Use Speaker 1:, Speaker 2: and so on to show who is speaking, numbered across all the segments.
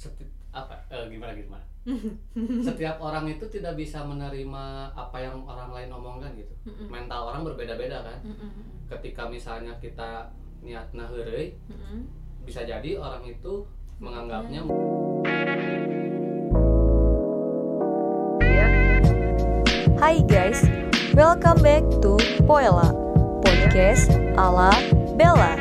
Speaker 1: Gimana? Setiap orang itu tidak bisa menerima apa yang orang lain omongkan gitu. Mental orang berbeda-beda kan. Ketika misalnya kita niatna heureuy, bisa jadi orang itu menganggapnya
Speaker 2: Hai guys, welcome back to Poela, podcast ala Bella.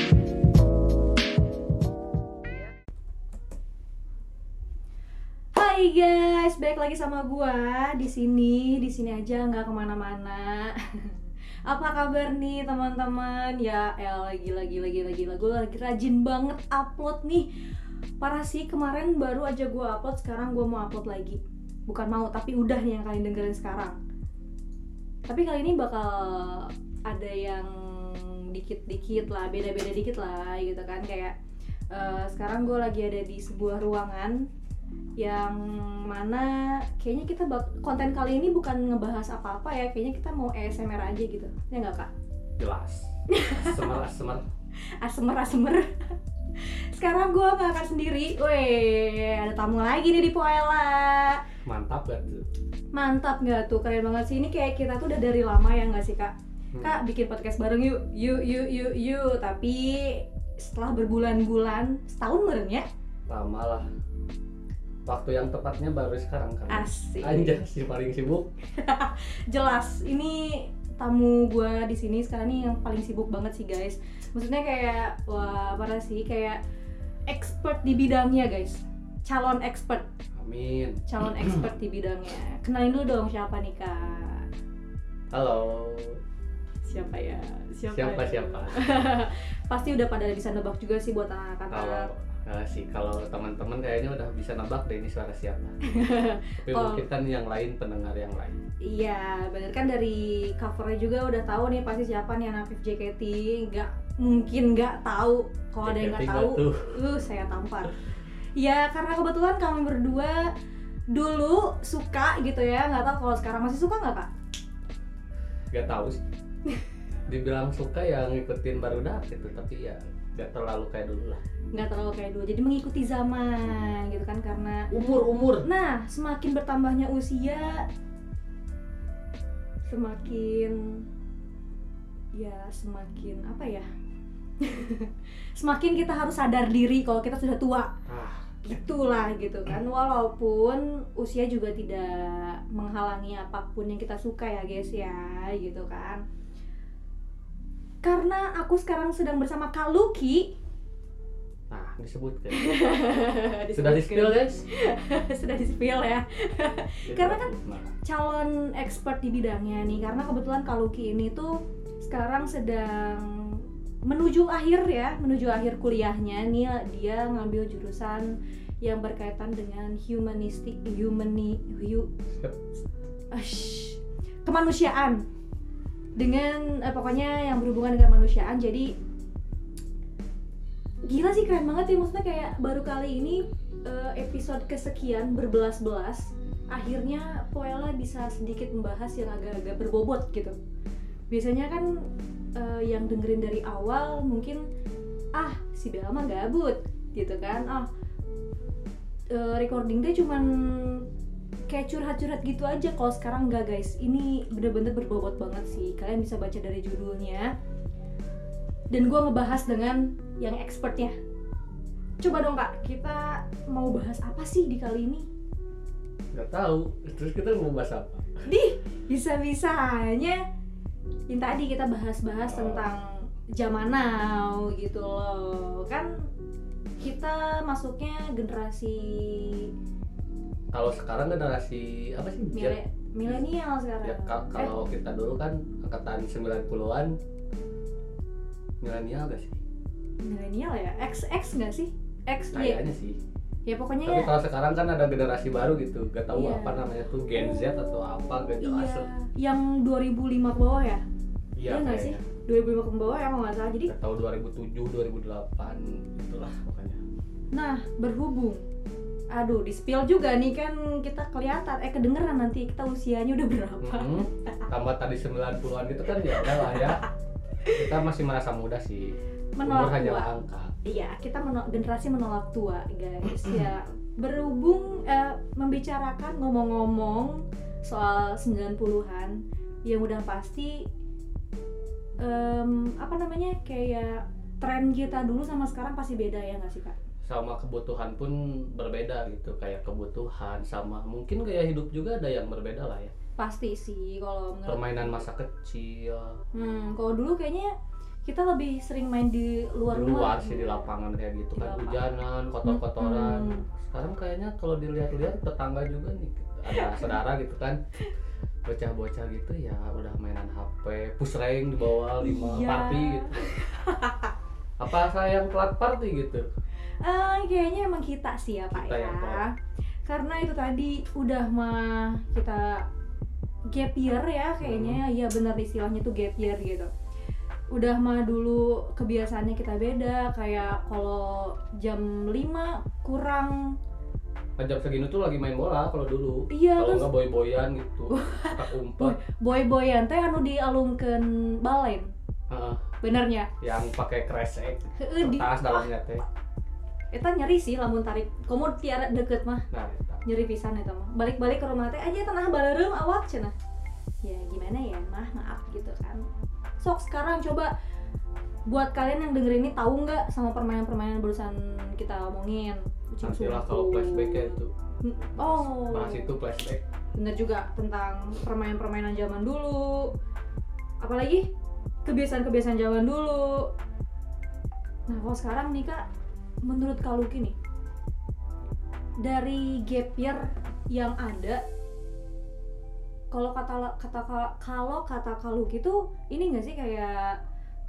Speaker 3: Hai guys, balik lagi sama gua di sini aja, nggak kemana-mana. Apa kabar nih teman-teman? Ya, gila, gua lagi rajin banget upload nih. Parah sih, kemarin baru aja gua upload, sekarang gua mau upload lagi. Bukan mau, tapi udah nih yang kalian dengerin sekarang. Tapi kali ini bakal ada yang dikit-dikit lah, beda-beda dikit lah gitu kan. Kayak sekarang gue lagi ada di sebuah ruangan yang mana kayaknya kita konten kali ini bukan ngebahas apa-apa ya. Kayaknya kita mau ASMR aja gitu. Ya nggak, Kak?
Speaker 1: jelas.
Speaker 3: Asemer. Sekarang gue nggak akan sendiri. Weh, ada tamu lagi nih di Poela.
Speaker 1: Mantap gak tuh?
Speaker 3: Mantap nggak tuh? Keren banget sih. Ini kayak kita tuh udah dari lama ya nggak sih, Kak? Kak, bikin podcast bareng yuk. Tapi setelah berbulan-bulan, setahun merenya.
Speaker 1: Lama lah. Waktu yang tepatnya baru sekarang kan.
Speaker 3: Asik.
Speaker 1: Anjay, si paling sibuk.
Speaker 3: Jelas, ini tamu gue di sini sekarang nih yang paling sibuk banget sih guys. Maksudnya kayak wah parah sih, kayak expert di bidangnya guys. Calon expert di bidangnya. Kenalin dulu dong siapa nih, Kak?
Speaker 1: Halo.
Speaker 3: Siapa ya?
Speaker 1: Siapa?
Speaker 3: Pasti udah pada bisa nebak juga sih buat anak-anak.
Speaker 1: Kalau teman-teman kayaknya udah bisa nebak deh ini suara siapa. Tapi mungkin kan yang lain, pendengar yang lain.
Speaker 3: Iya, bener kan dari covernya juga udah tahu nih pasti siapa nih anak JKT. Nggak mungkin nggak tahu. Kalau ada yang nggak tahu, saya tampar. Ya karena kebetulan kami berdua dulu suka gitu ya. Nggak tahu kalau sekarang masih suka nggak, Kak?
Speaker 1: Nggak tahu sih. Dibilang suka ya ngikutin barudak gitu, tapi ya nggak terlalu kayak dulu lah.
Speaker 3: Nggak terlalu kayak dulu, jadi mengikuti zaman gitu kan, karena
Speaker 1: umur.
Speaker 3: Nah, semakin bertambahnya usia, semakin apa ya? Semakin kita harus sadar diri kalau kita sudah tua. Gitulah gitu kan. Walaupun usia juga tidak menghalangi apapun yang kita suka ya guys ya, gitu kan. Karena aku sekarang sedang bersama Kak Lucky.
Speaker 1: Nah, disebutkan. Sudah di-spill guys?
Speaker 3: Sudah di-spill ya. Karena kan calon expert di bidangnya nih. Karena kebetulan Kak Lucky ini tuh sekarang sedang menuju akhir kuliahnya nih. Dia ngambil jurusan yang berkaitan dengan kemanusiaan. Dengan pokoknya yang berhubungan dengan kemanusiaan. Jadi gila sih, keren banget ya. Maksudnya kayak baru kali ini episode kesekian berbelas-belas akhirnya Poela bisa sedikit membahas yang agak-agak berbobot gitu. Biasanya kan yang dengerin dari awal mungkin si Bella mah gabut gitu kan, recording dia cuman kayak curhat-curhat gitu aja. Kalau sekarang enggak guys, ini bener-bener berbobot banget sih. Kalian bisa baca dari judulnya. Dan gue ngebahas dengan yang expertnya. Coba dong Kak, kita mau bahas apa sih di kali ini?
Speaker 1: Gak tahu. Terus kita mau bahas apa?
Speaker 3: Bisa-bisanya yang tadi kita bahas-bahas tentang zaman now gitu loh. Kan kita masuknya generasi,
Speaker 1: kalau sekarang generasi apa sih?
Speaker 3: Milenial sekarang.
Speaker 1: Ya kalau kita dulu kan angkatan 90-an. Milenial gak sih?
Speaker 3: Milenial ya? XX gak sih? X
Speaker 1: kayaknya sih.
Speaker 3: Ya pokoknya.
Speaker 1: Tapi kalau sekarang kan ada generasi baru gitu. Gak tahu apa namanya tuh, Gen Z atau apa, gak jelas.
Speaker 3: Iya. Yang 2005 ke bawah ya?
Speaker 1: Iya
Speaker 3: gak sih? 2005 ke bawah ya kalau gak salah. Jadi
Speaker 1: gak tahu 2007, 2008 itulah pokoknya.
Speaker 3: Nah, berhubung di-spill juga nih kan, kita kelihatan kedengeran nanti kita usianya udah berapa.
Speaker 1: Tambah tadi 90-an itu kan ya udahlah ya. Kita masih merasa muda sih.
Speaker 3: Menolak
Speaker 1: umur hanya
Speaker 3: tua.
Speaker 1: angka.
Speaker 3: Iya, kita generasi menolak tua guys. Ya, berhubung membicarakan ngomong-ngomong soal 90-an yang udah pasti kayak tren kita dulu sama sekarang pasti beda ya nggak sih Kak?
Speaker 1: Sama kebutuhan pun berbeda gitu, kayak kebutuhan sama mungkin gaya hidup juga ada yang berbeda lah ya.
Speaker 3: Pasti sih kalau
Speaker 1: permainan masa kecil.
Speaker 3: Kalau dulu kayaknya kita lebih sering main di luar
Speaker 1: sih, di lapangan kayak gitu kan, hujanan, kotor-kotoran. Sekarang kayaknya kalau dilihat-lihat tetangga juga nih ada saudara gitu kan, bocah-bocah gitu ya udah mainan HP, push rank di bawah 5 party gitu. Apa saya yang telat party gitu?
Speaker 3: Kayaknya emang kita sih ya Pak ya. Karena itu tadi udah mah kita gap year ya kayaknya, ya benar istilahnya tuh gap year gitu. Udah mah dulu kebiasaannya kita beda, kayak kalau jam 5 kurang
Speaker 1: jam segini tuh lagi main bola kalau dulu.
Speaker 3: Iya,
Speaker 1: kalau nggak boy-boyan gitu, tak umpet.
Speaker 3: Boy-boyan teh anu dialungkeun balen. Benernya.
Speaker 1: Yang pakai kresek, kertas dalamnya teh.
Speaker 3: Eta nyeri sih lamun tarik. Komo tiara deket mah.
Speaker 1: Nah,
Speaker 3: nyeri pisan eta mah. Balik-balik ke rumah teh aja tanah balereum awak cenah. Ya gimana ya, maaf gitu kan. Sok sekarang coba buat kalian yang dengerin ini tahu nggak sama permainan-permainan barusan kita omongin.
Speaker 1: Nantilah kalau flashback ya itu. Bahas itu flashback.
Speaker 3: Bener juga tentang permainan-permainan zaman dulu. Apalagi kebiasaan-kebiasaan zaman dulu. Nah, kalau sekarang nih Kak, menurut Kak Luki nih, dari gap year yang ada, kalau kata Kak Luki tuh ini nggak sih kayak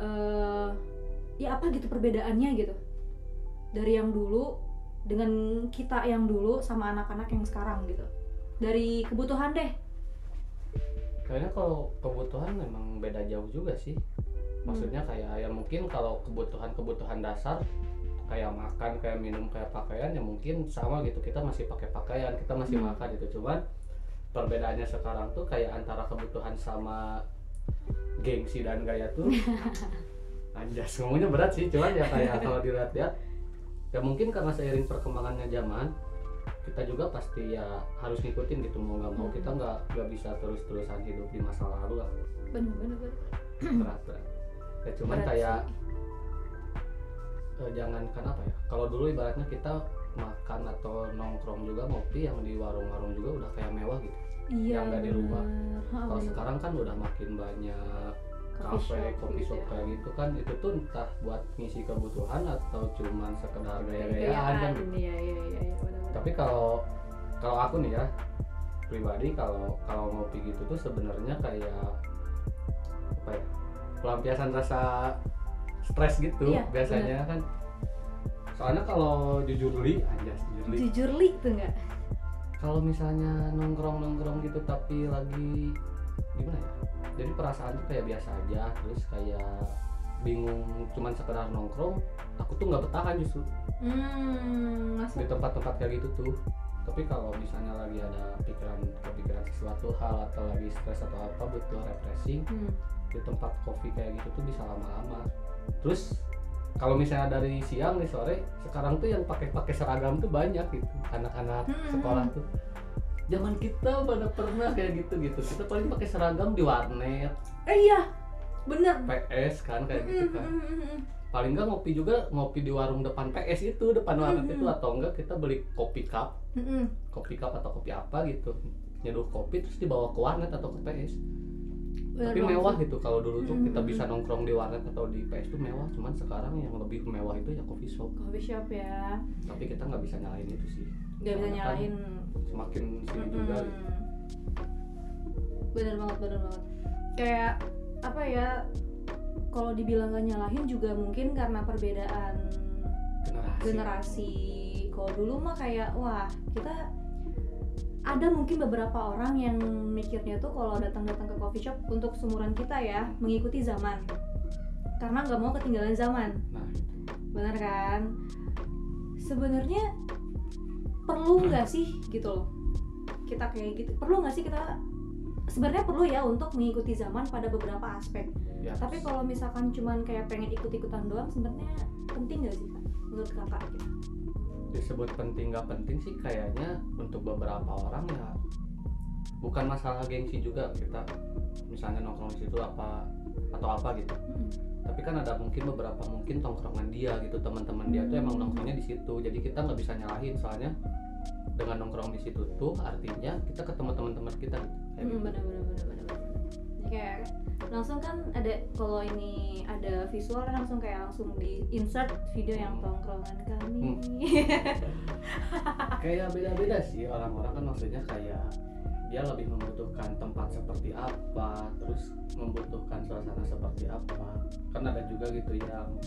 Speaker 3: ya apa gitu perbedaannya gitu dari yang dulu dengan kita yang dulu sama anak-anak yang sekarang gitu, dari kebutuhan deh.
Speaker 1: Kayaknya kalau kebutuhan memang beda jauh juga sih. Maksudnya kayak ya mungkin kalau kebutuhan dasar kayak makan, kayak minum, kayak pakaian ya mungkin sama gitu, kita masih pakai pakaian, kita masih makan gitu. Cuman perbedaannya sekarang tuh kayak antara kebutuhan sama gengsi dan gaya tuh anjas, ngomongnya berat sih, cuman ya kayak kalau dilihat-lihat ya mungkin karena seiring perkembangannya zaman kita juga pasti ya harus ngikutin gitu, mau nggak mau kita nggak bisa terus-terusan hidup di masa lalu lah.
Speaker 3: Bener.
Speaker 1: berat ya, cuman berat kayak jangankan apa ya, kalau dulu ibaratnya kita makan atau nongkrong juga ngopi yang di warung-warung juga udah kayak mewah gitu.
Speaker 3: Iya,
Speaker 1: yang nggak di rumah. Kalau sekarang kan udah makin banyak kafe, kopi shop kayak gitu kan, itu tuh entah buat ngisi kebutuhan atau cuman sekedar gaya-gayaan kan gitu.
Speaker 3: Iya, benar.
Speaker 1: Tapi kalau aku nih ya pribadi, kalau ngopi gitu tuh sebenarnya kayak apa ya, pelampiasan rasa stres gitu. Iya, biasanya bener. Kan soalnya kalau jujur li tuh enggak, kalau misalnya nongkrong gitu tapi lagi gimana ya, jadi perasaan tuh kayak biasa aja, terus kayak bingung cuman sekedar nongkrong, aku tuh nggak bertahan justru di tempat-tempat kayak gitu tuh. Tapi kalau misalnya lagi ada kepikiran sesuatu hal atau lagi stres atau apa butuh refreshing, di tempat kopi kayak gitu tuh bisa lama-lama. Terus kalau misalnya dari siang nih sore, sekarang tuh yang pakai seragam tuh banyak gitu, anak-anak sekolah tuh. Zaman kita pada pernah kayak gitu, kita paling pakai seragam di warnet.
Speaker 3: Iya, bener.
Speaker 1: PS kan kayak gitu kan. Paling enggak ngopi di warung depan PS itu, depan warnet itu, atau enggak kita beli kopi cup atau kopi apa gitu, nyeduh kopi terus dibawa ke warnet atau ke PS. Tapi mewah gitu. Kalau dulu tuh kita bisa nongkrong di warnet atau di PS tuh mewah, cuman sekarang yang lebih mewah itu ya coffee shop
Speaker 3: ya.
Speaker 1: Tapi kita nggak bisa nyalain itu sih,
Speaker 3: nggak bisa nyalain,
Speaker 1: semakin sini juga gitu.
Speaker 3: Bener banget. Kayak apa ya, kalau dibilang gak nyalahin juga mungkin karena perbedaan generasi. Kalau dulu mah kayak wah, kita ada mungkin beberapa orang yang mikirnya tuh kalau datang ke coffee shop untuk seumuran kita ya, mengikuti zaman, karena nggak mau ketinggalan zaman. Bener kan? Sebenarnya perlu nggak sih gitu loh kita kayak gitu, perlu nggak sih kita? Sebenarnya perlu ya untuk mengikuti zaman pada beberapa aspek. Tapi kalau misalkan cuman kayak pengen ikut-ikutan doang, sebenarnya penting nggak sih Kak? menurut kakak gitu?
Speaker 1: Disebut penting nggak penting sih kayaknya untuk beberapa orang ya bukan masalah gengsi juga kita misalnya nongkrong di situ apa atau apa gitu. Tapi kan ada mungkin beberapa mungkin tongkrongan dia gitu, teman-teman dia tuh emang nongkrongnya di situ, jadi kita nggak bisa nyalahin soalnya dengan nongkrong di situ tuh artinya kita ketemu teman-teman kita gitu.
Speaker 3: Benar. Jadi kayak langsung kan ada, kalau ini ada visual kan langsung di insert video yang tongkrongan kami.
Speaker 1: Kayak beda-beda sih orang-orang kan, maksudnya kayak dia lebih membutuhkan tempat seperti apa, terus membutuhkan suasana seperti apa. Kan ada juga gitu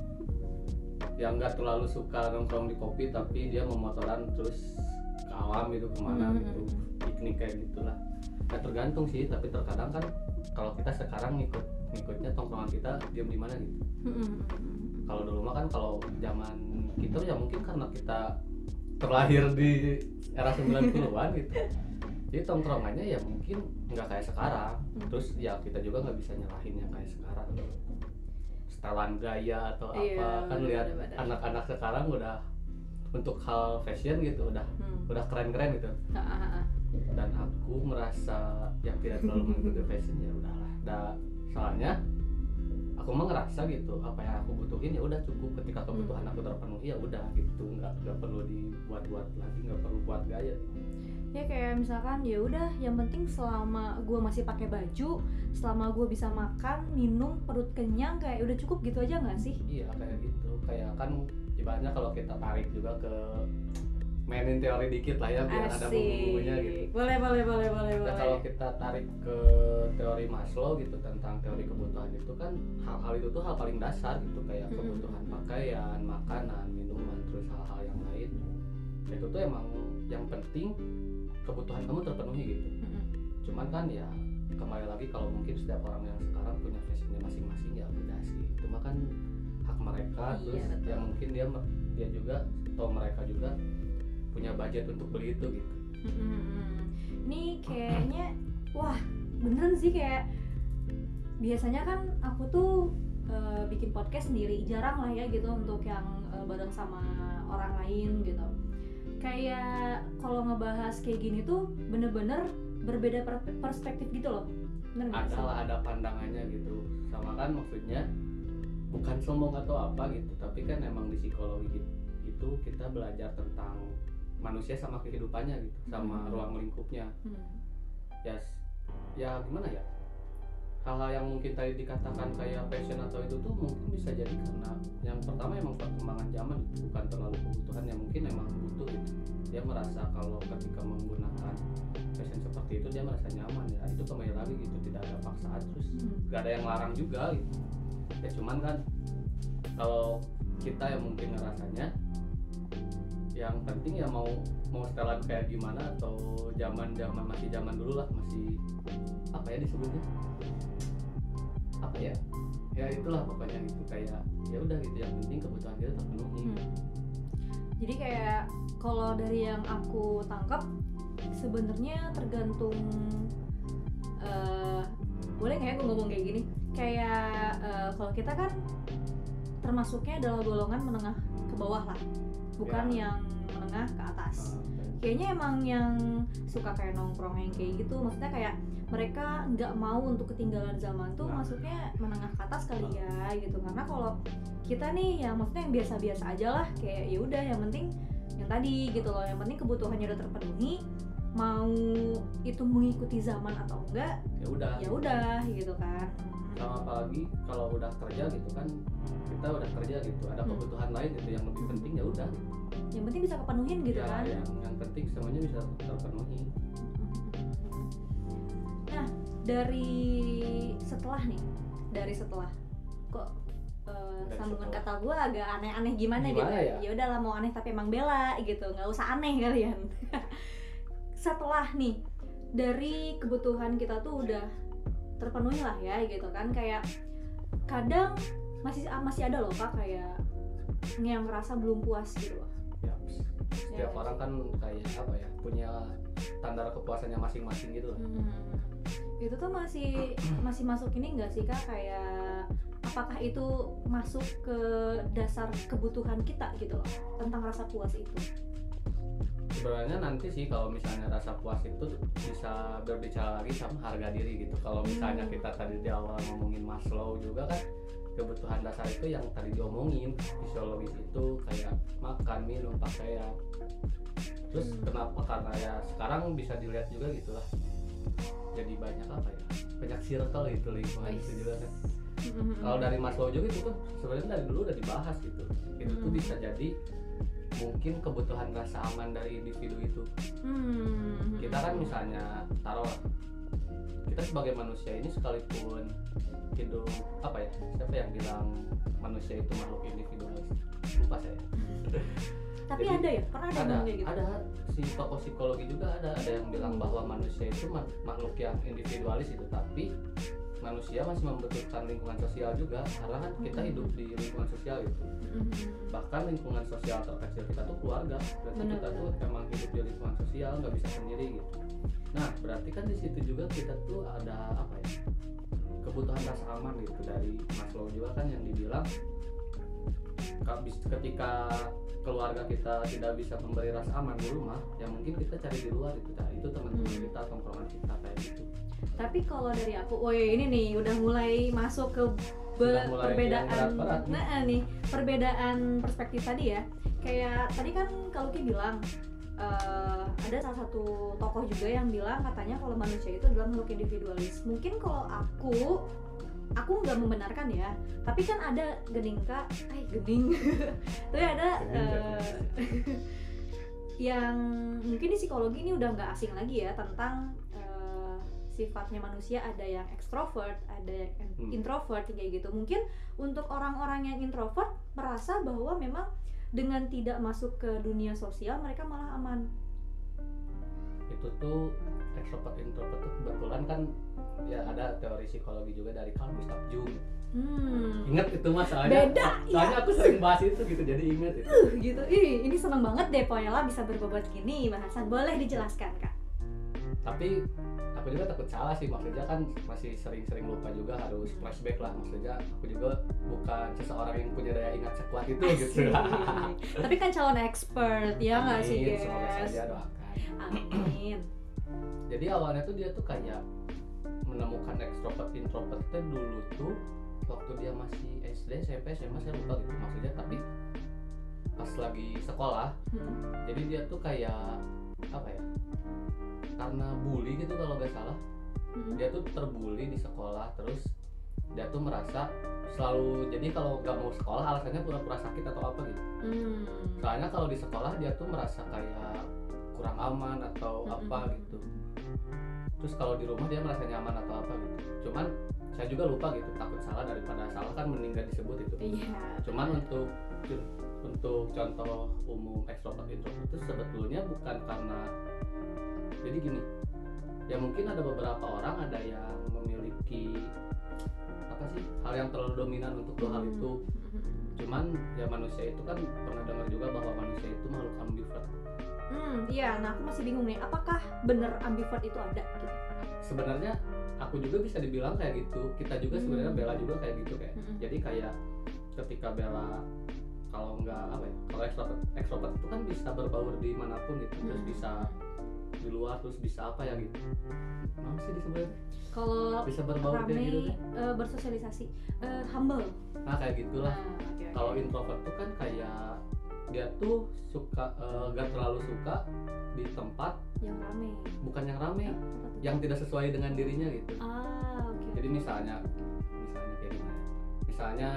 Speaker 1: yang nggak terlalu suka nongkrong di kopi tapi dia memotoran terus ke alam gitu kemana gitu, piknik kayak gitulah. Nah tergantung sih, tapi terkadang kan kalau kita sekarang ngikutnya tongkrongan kita diam di mana gitu. Kalau dulu mah kan kalau zaman kita ya mungkin karena kita terlahir di era 90-an gitu. Jadi tongkrongannya ya mungkin nggak kayak sekarang. Terus ya kita juga nggak bisa nyalahin yang kayak sekarang. Setelan gaya atau apa, kan lihat anak-anak sekarang udah untuk hal fashion gitu udah keren-keren gitu. Dan aku merasa yang tidak terlalu mengikuti fashion ya udahlah. Soalnya aku mah ngerasa gitu apa yang aku butuhin ya udah cukup, ketika kebutuhan aku terpenuhi ya udah gitu, nggak perlu dibuat-buat lagi, nggak perlu buat gaya.
Speaker 3: Ya kayak misalkan ya udah yang penting selama gue masih pakai baju, selama gue bisa makan, minum, perut kenyang, kayak udah cukup gitu aja nggak sih?
Speaker 1: Iya kayak gitu, kayak kan ibaratnya kalau kita tarik juga ke mainin teori dikit lah ya biar ada bumbu-bumbunya gitu.
Speaker 3: Boleh.
Speaker 1: Nah, kalau kita tarik ke teori Maslow gitu tentang teori kebutuhan itu kan hal-hal itu tuh hal paling dasar gitu, kayak kebutuhan pakaian, makanan, minuman, terus hal-hal yang lain. Itu tuh emang yang penting kebutuhan kamu terpenuhi gitu. Cuman kan ya kembali lagi kalau mungkin setiap orang yang sekarang punya fashionnya masing-masing ya udah sih, itu mah kan hak mereka. Terus ya mungkin dia juga atau mereka juga punya budget untuk beli itu gitu.
Speaker 3: Ini kayaknya wah beneran sih, kayak biasanya kan aku tuh bikin podcast sendiri, jarang lah ya gitu untuk yang bareng sama orang lain gitu. Kayak kalau ngebahas kayak gini tuh bener-bener berbeda perspektif gitu loh.
Speaker 1: Ada pandangannya gitu, sama kan maksudnya bukan sombong atau apa gitu, tapi kan emang di psikologi itu kita belajar tentang manusia sama kehidupannya gitu, sama ruang lingkupnya. Ya gimana ya, hal-hal yang mungkin tadi dikatakan kayak passion atau itu tuh mungkin bisa jadi karena yang pertama emang perkembangan zaman gitu, bukan terlalu kebutuhan, yang mungkin emang butuh gitu. Dia merasa kalau ketika menggunakan fashion seperti itu dia merasa nyaman, ya itu kembali lagi gitu, tidak ada paksaan, terus gak ada yang larang juga gitu. Ya cuman kan kalau kita yang mungkin ngerasanya yang penting ya mau setelan kayak gimana, atau masih zaman dulu lah, masih apa ya disebutnya, apa ya itulah pokoknya gitu, kayak ya udah gitu, yang penting kebutuhan kita terpenuhi.
Speaker 3: Jadi kayak kalau dari yang aku tangkap sebenarnya tergantung boleh nggak ya aku ngomong kayak gini, kayak kalau kita kan termasuknya adalah golongan menengah ke bawah lah, bukan yang menengah ke atas. Kayaknya emang yang suka kayak nongkrong yang kayak gitu, maksudnya kayak mereka nggak mau untuk ketinggalan zaman tuh, maksudnya menengah ke atas kali ya gitu. Karena kalau kita nih yang maksudnya yang biasa-biasa aja lah, kayak ya udah yang penting yang tadi gitu loh, yang penting kebutuhannya udah terpenuhi, mau itu mengikuti zaman atau enggak ya udah gitu kan.
Speaker 1: Sama apalagi kalau udah kerja gitu kan, kita udah kerja gitu, ada kebutuhan lain gitu yang lebih penting, ya udah
Speaker 3: yang penting bisa kepenuhin gitu
Speaker 1: ya,
Speaker 3: kan.
Speaker 1: Yang penting semuanya bisa terpenuhi.
Speaker 3: Nah dari setelah kok sambungan kata gue agak aneh-aneh gimana gitu ya udahlah mau aneh tapi emang bela gitu, nggak usah aneh kalian. Setelah nih dari kebutuhan kita tuh udah terpenuhi lah ya gitu kan, kayak kadang masih ada loh Kak kayak yang ngerasa belum puas gitu loh.
Speaker 1: Ya, setiap orang kan kayak apa ya, punya standar kepuasannya masing-masing gitu.
Speaker 3: Itu tuh masih masuk ini nggak sih Kak, kayak apakah itu masuk ke dasar kebutuhan kita gitu loh tentang rasa puas itu?
Speaker 1: Sebenarnya nanti sih kalau misalnya rasa puas itu bisa berbicara lagi sama harga diri gitu. Kalau misalnya kita tadi di awal ngomongin Maslow juga kan, kebutuhan dasar itu yang tadi diomongin fisiologis itu kayak makan, minum, pakaian. Terus kenapa? Karena ya sekarang bisa dilihat juga gitulah, jadi banyak apa ya, banyak circle gitu lingkungan itu juga kan. Kalau dari Maslow juga itu tuh sebenarnya dari dulu udah dibahas gitu. Itu tuh bisa jadi mungkin kebutuhan rasa aman dari individu itu. Kita kan misalnya taruh kita sebagai manusia ini sekalipun hidup apa ya, siapa yang bilang manusia itu makhluk individualis, lupa saya.
Speaker 3: Tapi jadi, ada ya, pernah ada kayak gitu.
Speaker 1: Ada si tokoh psikologi juga ada yang bilang bahwa manusia itu makhluk yang individualis itu, tapi manusia masih membutuhkan lingkungan sosial juga, karena kan kita hidup di lingkungan sosial itu. Bahkan lingkungan sosial terkecil kita tuh keluarga, berarti kita tuh emang hidup di lingkungan sosial, nggak bisa sendiri gitu. Nah berarti kan di situ juga kita tuh ada apa ya, kebutuhan rasa aman gitu. Dari Maslow juga kan yang dibilang ketika keluarga kita tidak bisa memberi rasa aman di rumah, ya mungkin kita cari di luar itu. Nah, itu teman-teman kita, tongkrongan kita kayak gitu.
Speaker 3: Tapi kalau dari aku, ini nih udah mulai masuk ke perbedaan nih, perbedaan perspektif tadi ya. Kayak tadi kan kalau Ki bilang ada salah satu tokoh juga yang bilang katanya kalau manusia itu adalah makhluk individualis. Mungkin kalau aku nggak membenarkan ya, tapi kan ada gening tapi ada yang mungkin di psikologi ini udah nggak asing lagi ya, tentang sifatnya manusia, ada yang ekstrovert, ada yang introvert kayak gitu. Mungkin untuk orang-orang yang introvert merasa bahwa memang dengan tidak masuk ke dunia sosial mereka malah aman.
Speaker 1: Itu tuh ekstrovert introvert tuh kebetulan kan ya ada teori psikologi juga dari Carl Gustav Jung. Ingat itu masalahnya.
Speaker 3: Beda.
Speaker 1: Soalnya aku sering bahas itu gitu, jadi ingat itu.
Speaker 3: Gitu. Ini seneng banget deh Poela bisa berbobot gini bahasan. Boleh dijelaskan Kak?
Speaker 1: Tapi aku juga takut salah sih, maksudnya kan masih sering-sering lupa juga, harus flashback lah. Maksudnya aku juga bukan seseorang yang punya daya ingat sekuat itu gitu.
Speaker 3: Tapi kan calon expert ya nggak sih guys?
Speaker 1: Semoga saja, doakan.
Speaker 3: Amin.
Speaker 1: Jadi awalnya tuh dia tuh kayak menemukan ekstrovert introvert dulu tuh waktu dia masih SD, SMP, SMA saya lupa gitu maksudnya, tapi pas lagi sekolah. Jadi dia tuh kayak apa ya, karena bully gitu kalau nggak salah, dia tuh terbully di sekolah, terus dia tuh merasa selalu, jadi kalau nggak mau sekolah alasannya pura-pura sakit atau apa gitu. Soalnya kalau di sekolah dia tuh merasa kayak kurang aman atau apa gitu. Terus kalau di rumah dia merasa nyaman atau apa gitu. Cuman saya juga lupa gitu, takut salah daripada salah kan mending gak disebut itu. Cuman untuk contoh umum ekstrovert introvert itu sebetulnya bukan karena, jadi gini ya, mungkin ada beberapa orang ada yang memiliki apa sih, hal yang terlalu dominan untuk dua hal itu. Cuman ya manusia itu kan pernah dengar juga bahwa manusia itu makhluk ambivert.
Speaker 3: Iya, nah aku masih bingung nih, apakah benar ambivert itu ada gitu?
Speaker 1: Sebenarnya aku juga bisa dibilang kayak gitu, kita juga sebenarnya Bella juga kayak gitu kayak. Jadi kayak ketika Bella kalau nggak apa ya, kalau ekstrovert itu kan bisa berbaur di manapun gitu, terus bisa di luar, terus bisa apa ya gitu. Apa sih disebutnya?
Speaker 3: Kalau
Speaker 1: bisa berbaur kayak gitu kan?
Speaker 3: Bersosialisasi, humble.
Speaker 1: Nah kayak gitulah. Kalau introvert tuh kan kayak dia tuh suka gak terlalu suka di tempat
Speaker 3: yang rame.
Speaker 1: Bukan yang rame, yang tidak sesuai dengan dirinya gitu. Jadi misalnya kayak gimana? Misalnya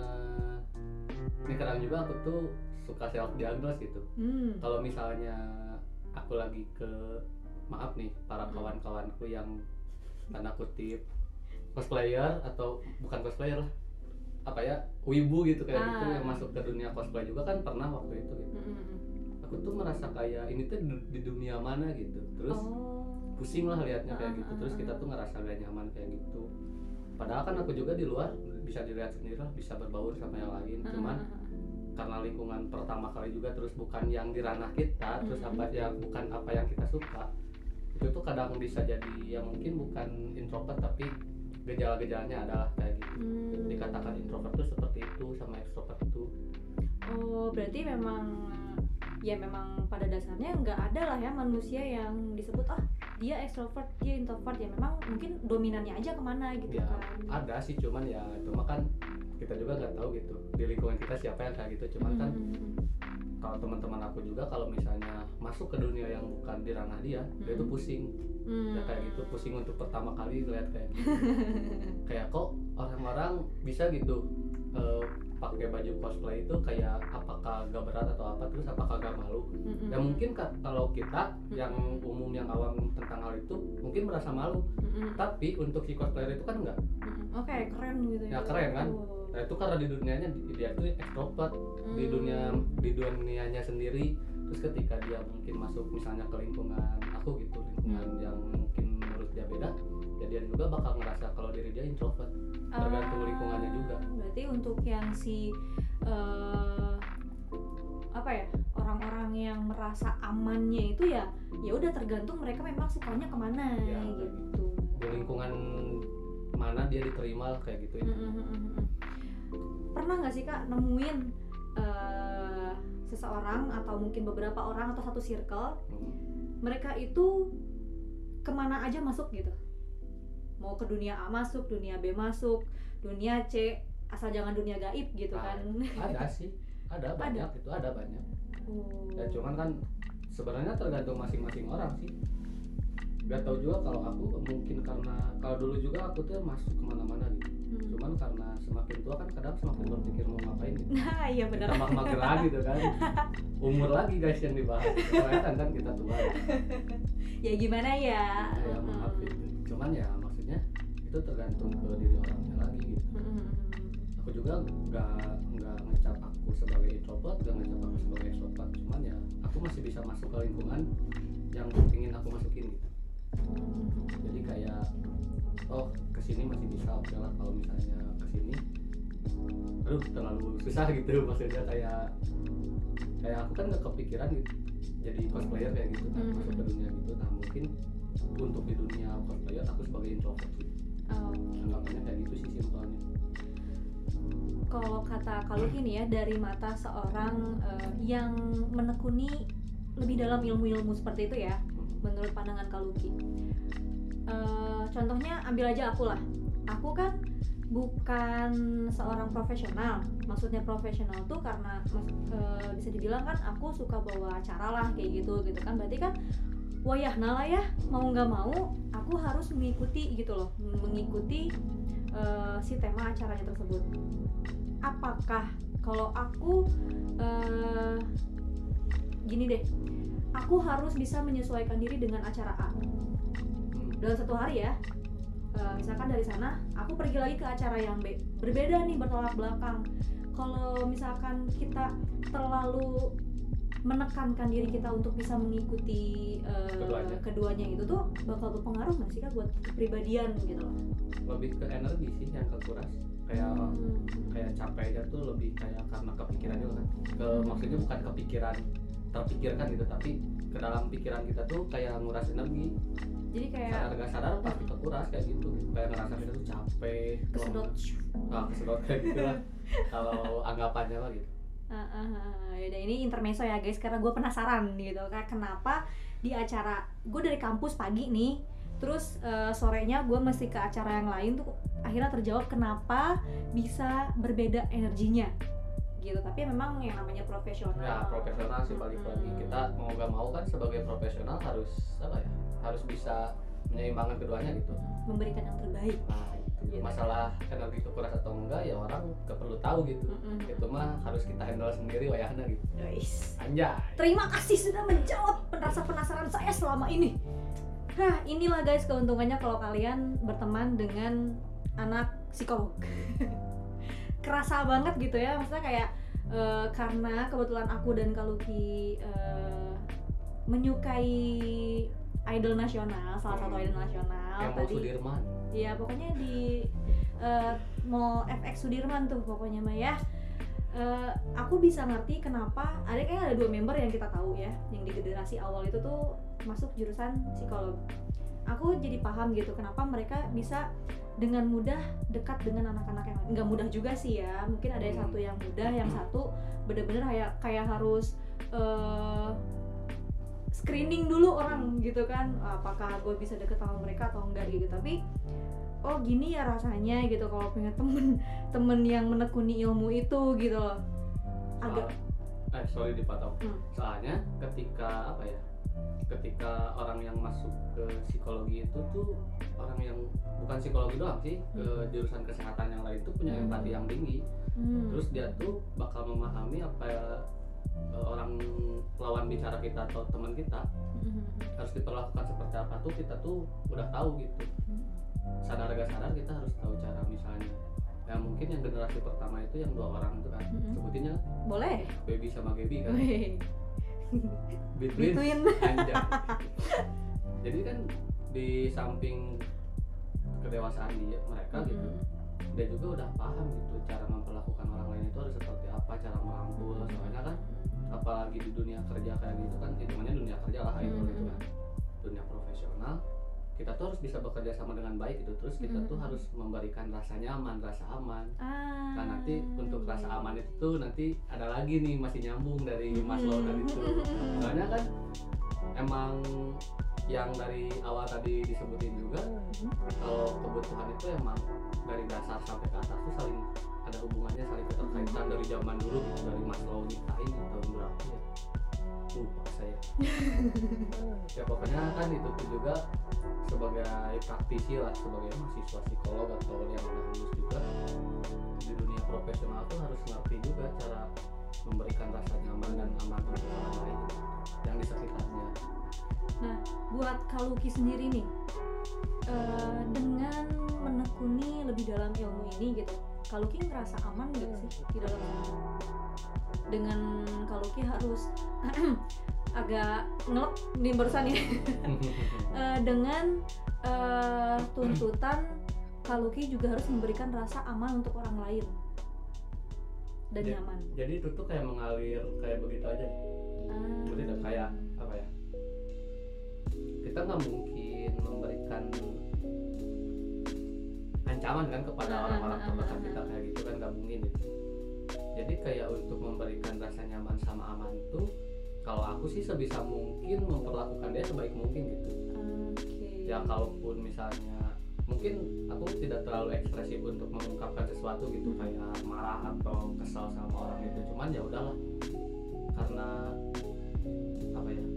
Speaker 1: ini kadang juga aku tuh suka self diagnose gitu. Kalau misalnya aku lagi maaf nih para kawan-kawanku yang tanda kutip cosplayer atau bukan cosplayer lah, apa ya, wibu gitu kayak gitu, yang masuk ke dunia cosplay juga kan pernah waktu itu gitu. Aku tuh merasa kayak ini tuh di dunia mana gitu, terus pusing lah liatnya kayak gitu, terus kita tuh ngerasa gak nyaman kayak gitu. Padahal kan aku juga di luar bisa dilihat sendiri lah, bisa berbaur sama yang lain, cuman karena lingkungan pertama kali juga, terus bukan yang di ranah kita, terus bukan apa yang kita suka, itu tuh kadang bisa jadi ya mungkin bukan introvert tapi gejala-gejalanya adalah kayak gitu. Dikatakan introvert tuh seperti itu sama extrovert itu.
Speaker 3: Oh, berarti memang pada dasarnya nggak ada lah ya manusia yang disebut dia extrovert, dia introvert, ya memang mungkin dominannya aja kemana gitu
Speaker 1: Ya,
Speaker 3: kan.
Speaker 1: ada sih, cuman ya itu mah kan kita juga nggak tahu gitu di lingkungan kita siapa yang kayak gitu. Cuman kan kalau teman-teman aku juga kalau misalnya masuk ke dunia yang bukan di ranah dia tuh pusing. Ya kayak gitu, pusing untuk pertama kali lihat kayak gitu. Kayak kok orang-orang bisa gitu pakai baju cosplay itu kayak apakah gak berat atau apa, terus apakah gak malu. Ya mungkin kalau kita yang umum yang awam tentang hal itu mungkin merasa malu, tapi untuk si cosplayer itu kan enggak.
Speaker 3: Oke, keren gitu
Speaker 1: ya keren kan. Nah itu karena di dunianya dia tuh extrovert, di dunianya sendiri. Terus ketika dia mungkin masuk misalnya ke lingkungan aku gitu, lingkungan yang mungkin menurut dia beda, ya dia juga bakal ngerasa kalau diri dia introvert, tergantung lingkungannya juga.
Speaker 3: Berarti untuk yang si orang-orang yang merasa amannya itu ya udah tergantung mereka memang sukanya kemana
Speaker 1: Ya,
Speaker 3: gitu.
Speaker 1: Di lingkungan mana dia diterima kayak gitu.
Speaker 3: Pernah nggak sih Kak nemuin seseorang atau mungkin beberapa orang atau satu circle mereka itu kemana aja masuk gitu, mau ke dunia A masuk, dunia B masuk, dunia C, asal jangan dunia gaib gitu kan.
Speaker 1: Ada sih, ada banyak. Itu ada banyak. Ya cuman kan sebenarnya tergantung masing-masing orang sih. Gak tahu juga kalau aku mungkin karena kalau dulu juga aku tuh masuk kemana-mana gitu. Cuman karena semakin tua kan kadang semakin berpikir mau ngapain gitu.
Speaker 3: Nah iya benar.
Speaker 1: Tambah mager lagi gitu kan. Umur lagi guys yang dibahas. Kelihatan kan kita tua.
Speaker 3: Ya gimana ya?
Speaker 1: Ya maaf gitu. Cuman ya maksudnya itu tergantung ke diri orangnya lagi gitu. Aku juga nggak ngecap aku sebagai introvert, nggak ngecap aku sebagai extrovert. Cuman ya aku masih bisa masuk ke lingkungan yang ingin aku masukin gitu. Jadi kayak kesini masih bisa, oke lah. Kalau misalnya kesini terlalu susah gitu, maksudnya kayak aku kan nggak kepikiran gitu jadi cosplayer kayak gitu kan, masuk ke dunia gitu. Nah mungkin untuk di dunia cosplayer aku sebagai introvert gitu. Anggapannya kayak gitu sih simpelnya.
Speaker 3: Kalau gini ya, dari mata seorang yang menekuni lebih dalam ilmu-ilmu seperti itu ya, menurut pandangan Kak Lucky, contohnya ambil aja aku lah. Aku kan bukan seorang profesional. Maksudnya profesional tuh karena bisa dibilang kan aku suka bawa acara lah kayak gitu kan. Berarti kan wayahna lah ya, mau nggak mau aku harus mengikuti gitu loh, mengikuti si tema acaranya tersebut. Apakah kalau aku gini deh, aku harus bisa menyesuaikan diri dengan acara A dalam satu hari ya. Misalkan dari sana aku pergi lagi ke acara yang B, berbeda nih, bertolak belakang. Kalau misalkan kita terlalu menekankan diri kita untuk bisa mengikuti keduanya itu tuh bakal berpengaruh nggak sih Kak buat kepribadian gitu loh? Lebih
Speaker 1: ke energi sih yang kekuras, kayak capeknya tuh lebih kayak karena kepikiran juga kan. Maksudnya bukan kepikiran terpikirkan gitu, tapi ke dalam pikiran kita tuh kayak nguras energi. Jadi kayak sadar gak sadar pasti kekuras kayak gitu, kayak ngerasa kita tuh capek, kesedot kayak gitu lah kalau anggapannya lah gitu.
Speaker 3: Yaudah, ini intermezzo ya guys, karena gue penasaran gitu kan, kenapa di acara gue dari kampus pagi nih, terus sorenya gue mesti ke acara yang lain tuh, akhirnya terjawab kenapa bisa berbeda energinya gitu. Tapi memang yang namanya profesional.
Speaker 1: Ya profesional sih, balik lagi kita mau gak mau kan sebagai profesional harus harus bisa menyeimbangkan keduanya gitu,
Speaker 3: memberikan yang terbaik.
Speaker 1: Nah gitu. Masalah energi kekuras atau enggak ya orang gak perlu tahu gitu. Itu mah harus kita handle sendiri wayahna gitu. Anjay.
Speaker 3: Terima kasih sudah menjawab rasa penasaran saya selama ini. Nah inilah guys keuntungannya kalau kalian berteman dengan anak psikolog. Kerasa banget gitu ya, maksudnya kayak karena kebetulan aku dan Kak Lucky menyukai idol nasional, salah satu idol nasional
Speaker 1: tadi. Sudirman.
Speaker 3: Iya, pokoknya di Mall FX Sudirman tuh pokoknya mah ya. Aku bisa ngerti kenapa kayaknya ada 2 member yang kita tahu ya, yang di generasi awal itu tuh masuk jurusan psikolog. Aku jadi paham gitu kenapa mereka bisa dengan mudah dekat dengan anak-anak yang lain. Nggak mudah juga sih ya, mungkin ada yang satu yang mudah, yang satu bener-bener kayak harus screening dulu orang gitu kan, apakah gue bisa deket sama mereka atau enggak gitu. Tapi oh gini ya rasanya gitu kalau punya temen yang menekuni ilmu itu gitu loh. Agak
Speaker 1: sorry dipotong. Soalnya ketika ketika orang yang masuk ke psikologi itu tuh orang yang bukan psikologi doang sih, ke jurusan kesehatan yang lain tuh punya empati yang tinggi. Terus dia tuh bakal memahami apa orang lawan bicara kita atau teman kita harus diperlakukan seperti apa tuh kita tuh udah tahu gitu. Sadar gak sadar kita harus tahu cara, misalnya ya mungkin yang generasi pertama itu yang 2 orang itu kan, sebutinnya
Speaker 3: boleh
Speaker 1: Baby sama Gaby kan.
Speaker 3: Between
Speaker 1: anjay. Jadi kan di samping kedewasaan mereka gitu, dia juga udah paham gitu cara memperlakukan orang lain itu harus seperti apa, cara merangkul. Soalnya kan apalagi di dunia kerja kayak gitu kan, hitungannya dunia kerja lah itu kan, dunia profesional, kita tuh harus bisa bekerja sama dengan baik gitu. Terus kita tuh harus memberikan rasa nyaman, rasa aman. Nah nanti untuk rasa aman itu tuh nanti ada lagi nih, masih nyambung dari Maslow tadi itu. Soalnya kan emang yang dari awal tadi disebutin juga, kalau kebutuhan itu emang dari dasar sampai ke atas tuh saling ada hubungannya, saling keterkaitan dari zaman dulu gitu, dari Maslow nyiptain tahun berapa ya, lupa saya. Ya pokoknya kan itu tuh juga sebagai praktisi lah, sebagai mahasiswa psikolog atau yang udah lulus juga di dunia profesional tuh harus ngerti juga cara memberikan rasa nyaman dan aman untuk orang lain yang di sekitarnya.
Speaker 3: Nah, buat Kak Lucky sendiri nih, dengan menekuni lebih dalam ilmu ini gitu, Kak Lucky ngerasa aman gak sih di dalam ilmu? Dengan Kak Lucky harus agak ngelek nih barusan ya. Dengan tuntutan Kak Lucky juga harus memberikan rasa aman untuk orang lain dan nyaman.
Speaker 1: Jadi itu tuh kayak mengalir kayak begitu aja. Berarti kayak apa ya? Kita nggak mungkin memberikan ancaman kan kepada orang-orang terdekat kita kayak gitu kan, nggak mungkin gitu. Jadi kayak untuk memberikan rasa nyaman sama aman tuh, kalau aku sih sebisa mungkin memperlakukan dia sebaik mungkin gitu. Ya kalaupun misalnya mungkin aku tidak terlalu ekspresif untuk mengungkapkan sesuatu gitu, kayak marah atau kesal sama orang itu, cuman ya udahlah, karena apa ya,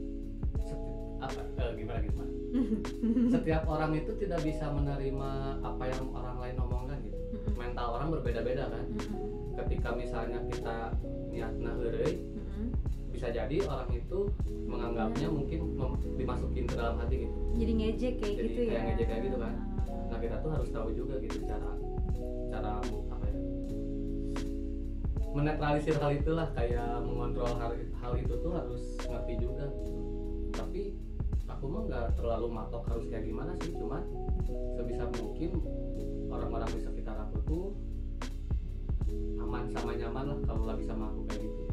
Speaker 1: gimana setiap orang itu tidak bisa menerima apa yang orang lain omongkan gitu. Mental orang berbeda-beda kan. Ketika misalnya kita niatna heureuy, bisa jadi orang itu menganggapnya mungkin dimasukin ke dalam hati gitu.
Speaker 3: Jadi ngejek kayak
Speaker 1: jadi
Speaker 3: gitu
Speaker 1: kayak
Speaker 3: ya.
Speaker 1: Ngejek kayak gitu kan. Nah kita tuh harus tahu juga gitu cara apa ya, menetralisir hal itulah, kayak mengontrol hal itu tuh harus ngerti juga gitu. Tapi aku mah nggak terlalu matok harus kayak gimana sih, cuman sebisa mungkin orang-orang di sekitar aku tuh aman sama nyaman lah kalau lagi sama aku kayak gitu.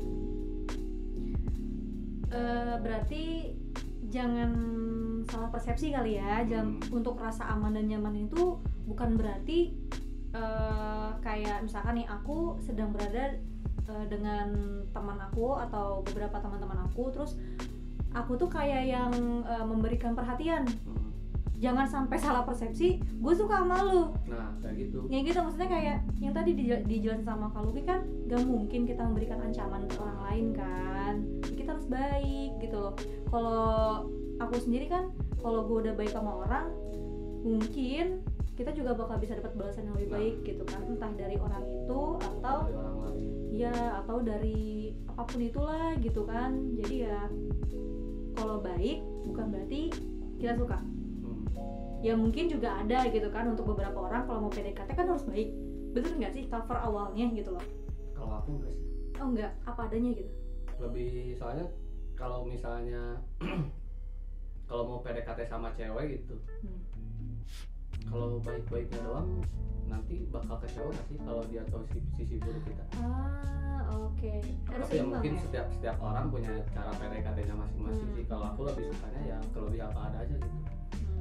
Speaker 3: Berarti jangan salah persepsi kali ya. Untuk rasa aman dan nyaman itu bukan berarti kayak misalkan nih aku sedang berada dengan teman aku atau beberapa teman-teman aku, terus aku tuh kayak yang memberikan perhatian. Jangan sampai salah persepsi, gue suka sama lu.
Speaker 1: Nah, kayak gitu.
Speaker 3: Yang gitu maksudnya kayak yang tadi dijelasin sama Kak Lucky kan, gak mungkin kita memberikan ancaman ke orang lain kan. Kita harus baik gitu loh. Kalau aku sendiri kan, kalau gue udah baik sama orang, mungkin kita juga bakal bisa dapat balasan yang lebih baik gitu kan. Entah dari orang itu atau
Speaker 1: dari orang lain.
Speaker 3: Ya, atau dari apapun itulah gitu kan. Jadi ya kalau baik bukan berarti kita suka. Ya mungkin juga ada gitu kan, untuk beberapa orang kalau mau PDKT kan harus baik. Betul nggak sih cover awalnya gitu loh?
Speaker 1: Kalau aku enggak sih.
Speaker 3: Oh enggak, apa adanya gitu.
Speaker 1: Lebih soalnya kalau misalnya kalau mau PDKT sama cewek gitu, kalau baik-baiknya doang nanti bakal kecewa nggak sih kalau dia tahu sisi buruk kita.
Speaker 3: Oke. Harus
Speaker 1: tapi ya
Speaker 3: seimbang
Speaker 1: mungkin
Speaker 3: ya?
Speaker 1: setiap orang punya cara PDKT-nya masing-masing sih. Kalau aku lebih sukanya ya kalau dia apa ada aja gitu.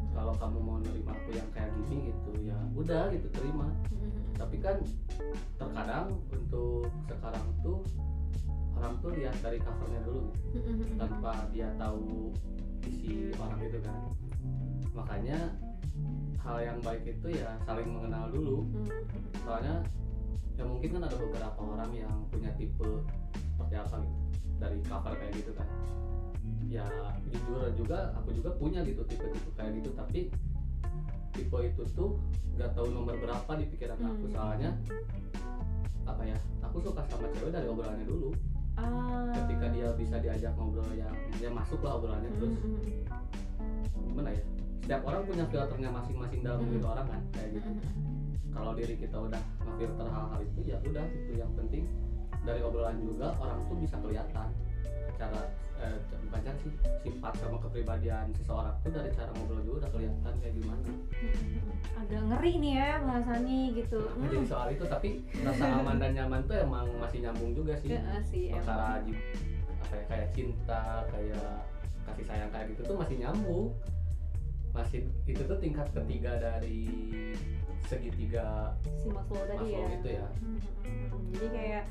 Speaker 1: Kalau kamu mau nerima aku yang kayak gini gitu, ya udah gitu, terima. Tapi kan terkadang untuk sekarang tuh orang tuh lihat dari covernya dulu gitu, tanpa dia tahu isi orang itu kan. Makanya hal yang baik itu ya saling mengenal dulu. Soalnya ya mungkin kan ada beberapa orang yang punya tipe seperti apa gitu dari cover kayak gitu kan. Ya jujur juga aku juga punya gitu tipe-tipe kayak gitu, tapi tipe itu tuh gak tahu nomor berapa di pikiran aku. Soalnya apa ya, aku suka sama cewek dari obrolannya dulu. Ketika dia bisa diajak ngobrol yang ya masuk lah obrolannya, terus gimana ya, setiap orang punya filternya masing-masing dalam diri orang kan kayak gitu. Kalau diri kita udah ngefilter hal-hal itu ya udah itu yang penting. Dari obrolan juga orang tuh bisa kelihatan cara bukan cara sih, sifat sama kepribadian seseorang tuh dari cara ngobrol juga udah kelihatan kayak gimana.
Speaker 3: Agak ngeri nih ya bahasanya gitu.
Speaker 1: Jadi soal itu, tapi rasa aman dan nyaman tuh emang masih nyambung juga sih. Perkara apa ya, kayak cinta, kayak kasih sayang kayak gitu tuh masih nyambung. Masih itu tuh tingkat ketiga dari segitiga
Speaker 3: si Maslow tadi ya.
Speaker 1: Itu ya.
Speaker 3: Jadi kayak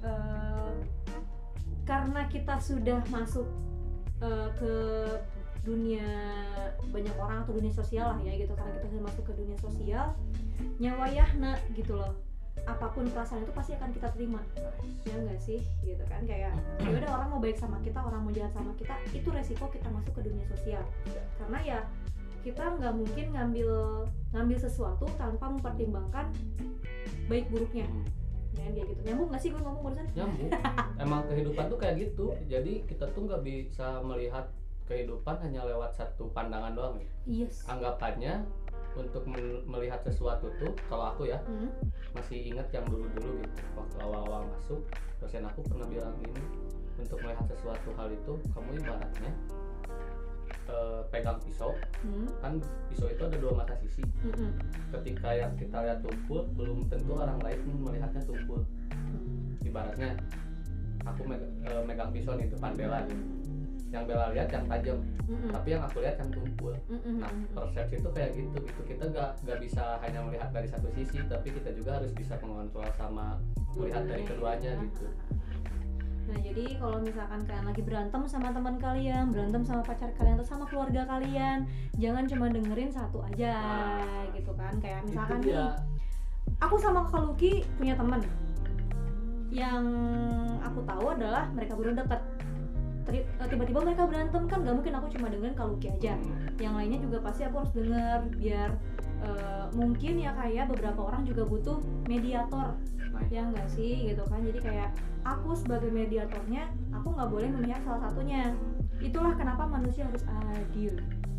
Speaker 3: karena kita sudah masuk ke dunia banyak orang atau dunia sosial lah ya gitu, karena kita sudah masuk ke dunia sosial, nyawayahna gitu loh, apapun perasaan itu pasti akan kita terima, ya enggak sih gitu kan. Kayak ya udah, orang mau baik sama kita, orang mau jahat sama kita, itu resiko kita masuk ke dunia sosial. Karena ya kita nggak mungkin ngambil sesuatu tanpa mempertimbangkan baik buruknya. Ya kayak gitu. Nyambung nggak sih gue ngomong barusan?
Speaker 1: Nyambung. Emang kehidupan tuh kayak gitu. Jadi kita tuh nggak bisa melihat kehidupan hanya lewat satu pandangan doang ya.
Speaker 3: Yes.
Speaker 1: Anggapannya untuk melihat sesuatu tuh, kalau aku ya masih ingat yang dulu-dulu gitu, waktu awal-awal masuk, dosen aku pernah bilang gini, untuk melihat sesuatu hal itu kamu ibaratnya pegang pisau, kan pisau itu ada dua mata sisi. Ketika yang kita lihat tumpul, belum tentu orang lain melihatnya tumpul. Ibaratnya aku megang pisau nih depan Bella gitu, yang Bella lihat yang tajam, tapi yang aku lihat yang tumpul. Nah, persepsi itu kayak gitu. Kita nggak bisa hanya melihat dari satu sisi, tapi kita juga harus bisa mengontrol sama melihat dari keduanya gitu.
Speaker 3: Nah, jadi kalau misalkan kalian lagi berantem sama teman kalian, berantem sama pacar kalian atau sama keluarga kalian, jangan cuma dengerin satu aja gitu kan. Kayak misalkan nih, aku sama Kak Luki punya teman yang aku tahu adalah mereka berdua dekat. Tiba-tiba mereka berantem, kan gak mungkin aku cuma dengerin Kak Luki aja, yang lainnya juga pasti aku harus denger, biar mungkin ya kayak beberapa orang juga butuh mediator, ya nggak sih gitu kan. Jadi kayak aku sebagai mediatornya, aku nggak boleh memihak salah satunya. Itulah kenapa manusia harus adil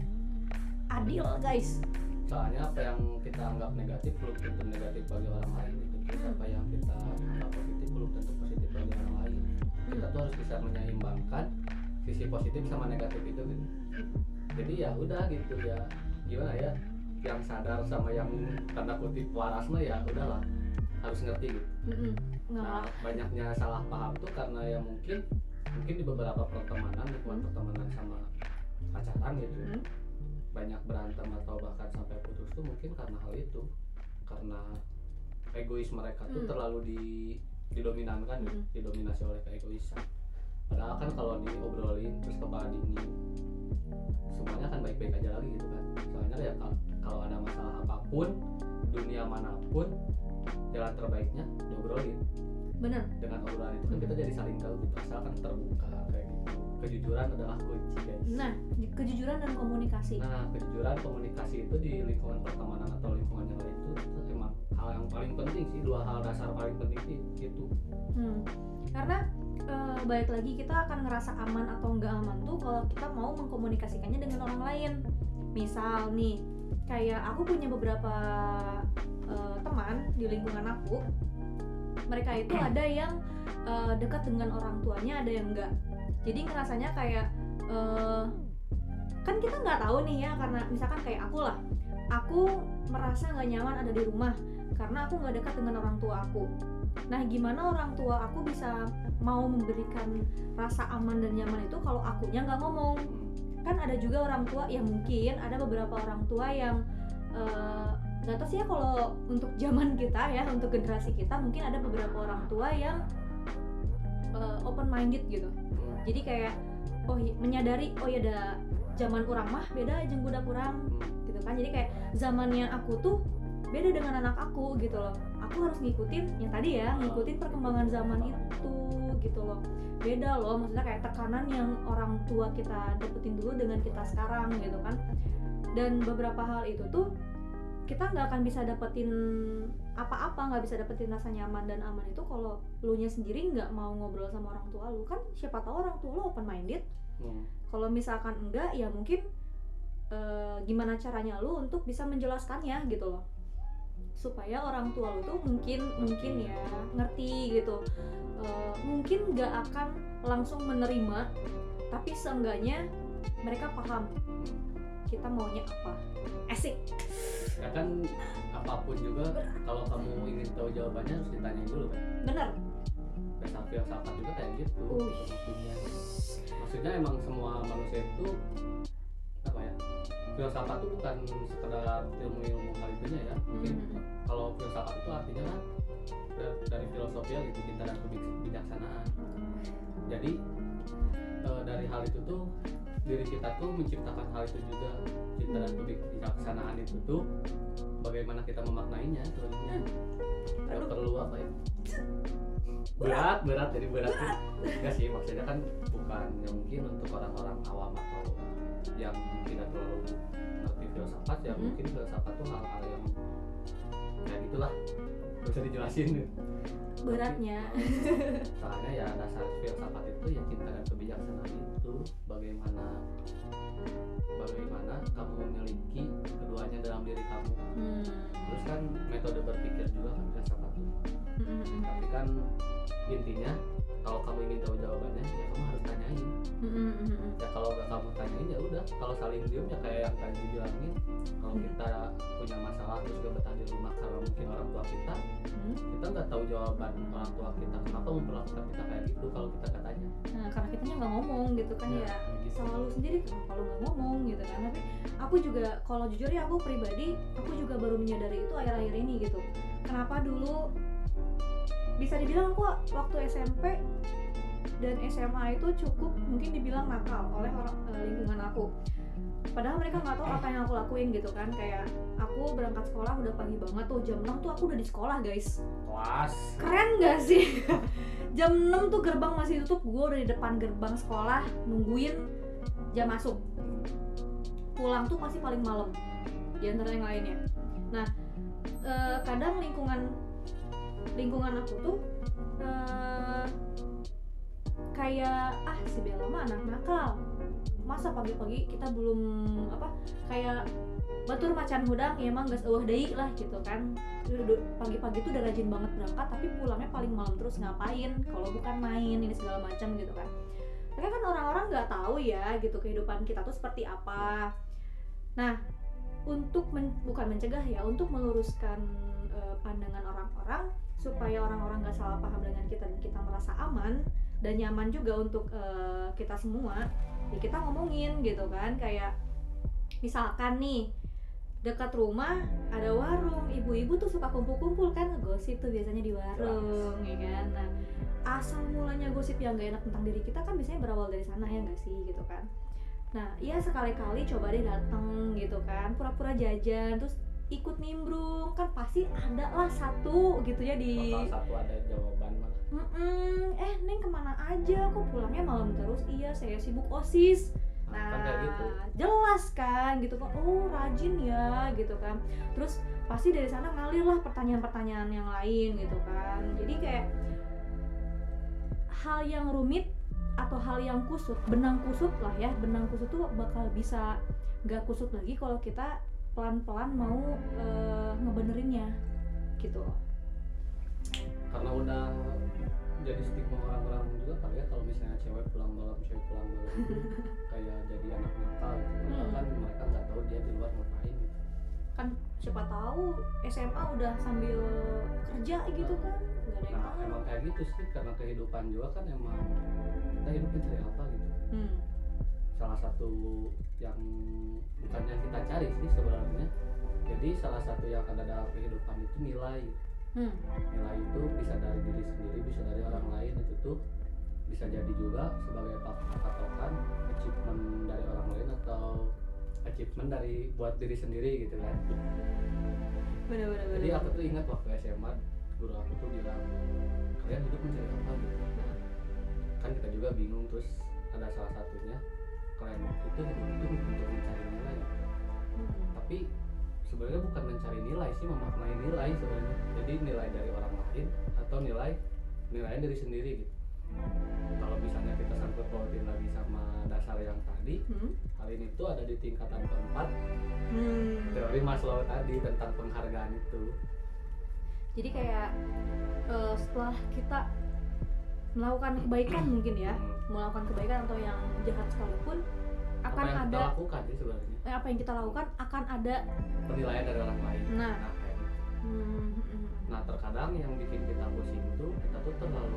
Speaker 3: guys.
Speaker 1: Soalnya apa yang kita anggap negatif belum tentu negatif bagi orang lain gitu. Terus apa yang kita anggap positif belum tentu positif bagi orang lain. Kita tuh harus bisa menyeimbangkan sisi positif sama negatif itu gitu. Jadi ya udah gitu ya, gimana ya, yang sadar sama yang tanda kutip waras mah ya udahlah, harus ngerti gitu. Nah, banyaknya salah paham tuh karena ya mungkin di beberapa pertemanan, lingkungan pertemanan sama pacaran gitu, banyak berantem atau bahkan sampai putus tuh mungkin karena hal itu, karena egois mereka tuh terlalu didominankan, didominasi oleh keegoisan. Padahal kan kalau diobrolin terus kebandingin, semuanya kan baik-baik aja lagi gitu kan. Soalnya ya kalau ada masalah apapun, dunia manapun, jalan terbaiknya diobrolin.
Speaker 3: Bener.
Speaker 1: Dengan obrolan itu kan kita jadi saling tahu gitu, asalkan terbuka kayak gitu. Kejujuran adalah kunci guys.
Speaker 3: Nah, kejujuran dan komunikasi.
Speaker 1: Nah, kejujuran komunikasi itu di lingkungan pertemanan atau lingkungan yang lain itu emang hal yang paling penting sih, dua hal dasar paling penting sih gitu.
Speaker 3: Karena balik lagi, kita akan ngerasa aman atau enggak aman tuh kalau kita mau mengkomunikasikannya dengan orang lain. Misal nih, kayak aku punya beberapa teman di lingkungan aku, mereka itu ada yang dekat dengan orang tuanya, ada yang enggak. Jadi ngerasanya kayak kan kita nggak tahu nih ya, karena misalkan kayak aku merasa nggak nyaman ada di rumah karena aku nggak dekat dengan orang tua aku. Nah, gimana orang tua aku bisa mau memberikan rasa aman dan nyaman itu kalau akunya nggak ngomong? kan ada juga orang tua yang mungkin ada beberapa orang tua yang nggak tahu sih ya kalau untuk zaman kita ya, untuk generasi kita mungkin ada beberapa orang tua yang open minded gitu. Jadi kayak menyadari ya ada zaman kurang mah beda jeung budak kurang gitu kan. Jadi kayak zamannya aku tuh beda dengan anak aku gitu loh. Aku harus ngikutin yang tadi ya, ngikutin perkembangan zaman itu gitu loh. Beda loh, maksudnya kayak tekanan yang orang tua kita dapetin dulu dengan kita sekarang gitu kan. Dan beberapa hal itu tuh kita nggak akan bisa dapetin apa-apa, nggak bisa dapetin rasa nyaman dan aman itu kalau lu nya sendiri nggak mau ngobrol sama orang tua lu. Kan siapa tahu orang tua lu open minded. Kalau misalkan enggak ya mungkin gimana caranya lu untuk bisa menjelaskannya gitu loh, supaya orang tua lu tuh mungkin ya ngerti gitu. Mungkin nggak akan langsung menerima, tapi seenggaknya mereka paham kita maunya apa. Asik
Speaker 1: ya kan, apapun juga kalau kamu ingin tahu jawabannya harus ditanyain dulu kan.
Speaker 3: Bener.
Speaker 1: Filsafat juga kayak gitu. Maksudnya emang semua manusia itu apa ya, filsafat itu bukan sekedar ilmu hal itunya ya. Mungkin kalau filsafat itu artinya kan dari filosofi gitu, cinta dan kebijaksanaan. Jadi dari hal itu tuh diri kita tuh menciptakan hal itu juga. Cinta dan kebijaksanaan itu tuh bagaimana kita memaknainya sebenarnya. Gak perlu apa ya, berat jadi berat. Enggak sih, maksudnya kan bukan yang mungkin untuk orang-orang awam atau yang tidak terlalu ngerti filsafat ya. Mungkin filsafat tuh hal-hal yang kayak gitulah, bisa dijelasin
Speaker 3: beratnya.
Speaker 1: Soalnya ya dasar filsafat itu ya cinta dan kebijaksanaan itu, bagaimana kamu memiliki keduanya dalam diri kamu. Terus kan metode berpikir juga kan filsafat itu. Tapi kan intinya kalau kamu ingin tahu jawabannya ya kamu harus tanyain. Ya kalau gak kamu tanyain ya udah, kalau saling diem ya kayak yang tadi dibilangin, kalau kita punya masalah terus gak betah di rumah karena mungkin orang tua kita nggak tahu jawaban orang tua kita kenapa memperlakukan kita kayak gitu kalau kita katanya.
Speaker 3: Nah karena kitanya nggak ngomong gitu kan ya gitu. Selalu sendiri kenapa lu nggak ngomong gitu kan. Tapi aku juga kalau jujur ya, aku pribadi aku juga baru menyadari itu akhir-akhir ini gitu. Kenapa dulu bisa dibilang aku waktu SMP dan SMA itu cukup mungkin dibilang nakal oleh orang lingkungan aku. Padahal mereka nggak tahu apa yang aku lakuin gitu kan. Kayak aku berangkat sekolah udah pagi banget tuh, jam 6 tuh aku udah di sekolah guys.
Speaker 1: Kelas
Speaker 3: Keren gak sih? Jam 6 tuh gerbang masih tutup, gue udah di depan gerbang sekolah nungguin jam masuk. Pulang tuh pasti paling malam di antara yang lainnya. Nah kadang lingkungan aku tuh kayak si Bella mah anak nakal, masa pagi-pagi kita belum kayak batur macan hudang ya emang geus eueuh deui lah gitu kan. Pagi-pagi tuh udah rajin banget berangkat tapi pulangnya paling malam terus. Ngapain kalau bukan main ini segala macam gitu kan. Tapi kan orang-orang nggak tahu ya gitu kehidupan kita tuh seperti apa. Nah untuk bukan mencegah ya, untuk meluruskan pandangan orang-orang supaya orang-orang nggak salah paham dengan kita dan kita merasa aman dan nyaman juga untuk kita semua, ya kita ngomongin gitu kan. Kayak misalkan nih dekat rumah ada warung, ibu-ibu tuh suka kumpul-kumpul kan ngegosip tuh biasanya di warung ya kan. Nah asal mulanya gosip yang gak enak tentang diri kita kan biasanya berawal dari sana ya nggak sih gitu kan. Nah ya sekali-kali coba deh dateng gitu kan, pura-pura jajan terus ikut nimbrung, kan pasti ada lah satu gitu ya di
Speaker 1: bakal satu ada jawaban malah.
Speaker 3: Neng kemana aja, kok pulangnya malam terus? Iya saya sibuk OSIS. Nah
Speaker 1: kan kayak gitu.
Speaker 3: Jelas kan gitu kan, oh rajin ya gitu kan. Terus pasti dari sana ngalir lah pertanyaan-pertanyaan yang lain gitu kan. Jadi kayak hal yang rumit atau hal yang kusut, benang kusut lah ya, benang kusut tuh bakal bisa gak kusut lagi kalau kita pelan-pelan mau ngebenerinnya gitu.
Speaker 1: Karena udah jadi stigma orang-orang juga kali ya, kalau misalnya cewek pulang malam itu kayak jadi anak nakal gitu. Padahal kan mereka nggak tahu dia di luar ngapain gitu.
Speaker 3: Kan siapa tahu SMA udah sambil kerja gitu kan, nggak ada yang tahu.
Speaker 1: Emang kayak gitu sih, karena kehidupan juga kan emang kita hidup mencari apa gitu. salah satu yang bukan yang kita cari sih sebenarnya. Jadi salah satu yang ada dalam kehidupan itu nilai. Nilai itu bisa dari diri sendiri, bisa dari orang lain, itu tuh bisa jadi juga sebagai patokan achievement dari orang lain atau achievement dari buat diri sendiri gitu kan.
Speaker 3: Bener.
Speaker 1: Jadi aku tuh ingat waktu SMA guru aku tuh bilang, kalian hidup mencari apa gitu. Kan kita juga bingung, terus ada salah satunya kalian itu hidup itu untuk mencari nilai. Tapi sebenarnya bukan mencari nilai sih, memaknai nilai sebenarnya. Jadi nilai dari orang lain atau nilai diri sendiri gitu. Kalau misalnya kita sangkut pautin lagi sama dasar yang tadi, hal ini tuh ada di tingkatan keempat. Teori Maslow tadi tentang penghargaan itu.
Speaker 3: Jadi kayak setelah kita melakukan kebaikan mungkin ya, melakukan kebaikan atau yang jahat sekalipun akan
Speaker 1: apa yang
Speaker 3: ada
Speaker 1: kita lakukan sih sebenarnya.
Speaker 3: Apa yang kita lakukan akan ada
Speaker 1: penilaian dari orang lain.
Speaker 3: Nah,
Speaker 1: kayak gitu. Nah, terkadang yang bikin kita pusing itu kita tuh terlalu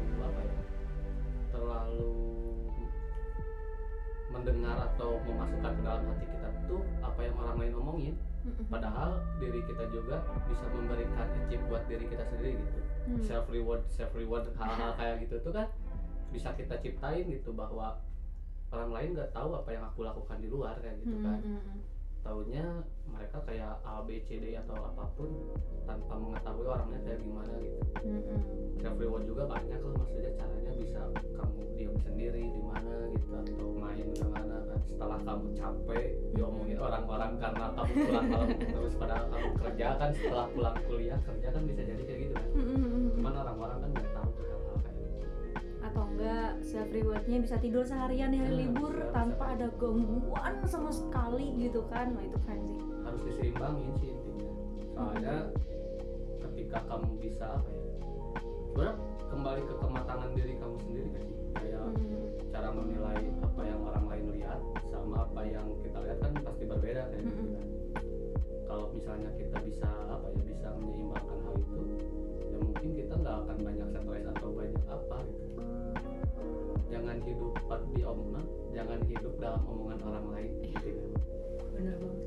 Speaker 1: mendengar atau memasukkan ke dalam hati kita tuh apa yang orang lain omongin. Padahal diri kita juga bisa memberikan achieve buat diri kita sendiri gitu. Self reward hal-hal kayak gitu tuh kan bisa kita ciptain gitu, bahwa orang lain nggak tahu apa yang aku lakukan di luar kayak gitu kan. Taunya mereka kayak A, B, C, D atau apapun tanpa mengetahui orangnya kayak gimana gitu. Self reward juga banyak lah, maksudnya caranya bisa kamu diam sendiri di mana gitu atau main ke mana kan. Setelah kamu capek diomongin orang-orang karena kamu pulang malam terus, padahal kamu kerja kan, setelah pulang kuliah kerja kan bisa jadi kayak gitu kan. Cuman orang-orang kan nggak tahu hal-hal kayak gitu.
Speaker 3: Atau enggak self rewardnya bisa tidur seharian di hari libur tanpa ada gangguan sama sekali gitu kan. Nah itu keren sih,
Speaker 1: harus diseimbangin sih intinya. Soalnya ketika kamu bisa sebenarnya kembali ke kematangan diri kamu sendiri kan sih, kayak cara menilai apa yang orang lain lihat sama apa yang kita lihat kan pasti berbeda kayak gitu kan. Kalau misalnya kita bisa bisa menyeimbangkan hal itu, ya mungkin kita nggak akan banyak stres atau banyak apa gitu. Jangan hidup jangan hidup dalam omongan orang lain gitu kan.
Speaker 3: Bener banget.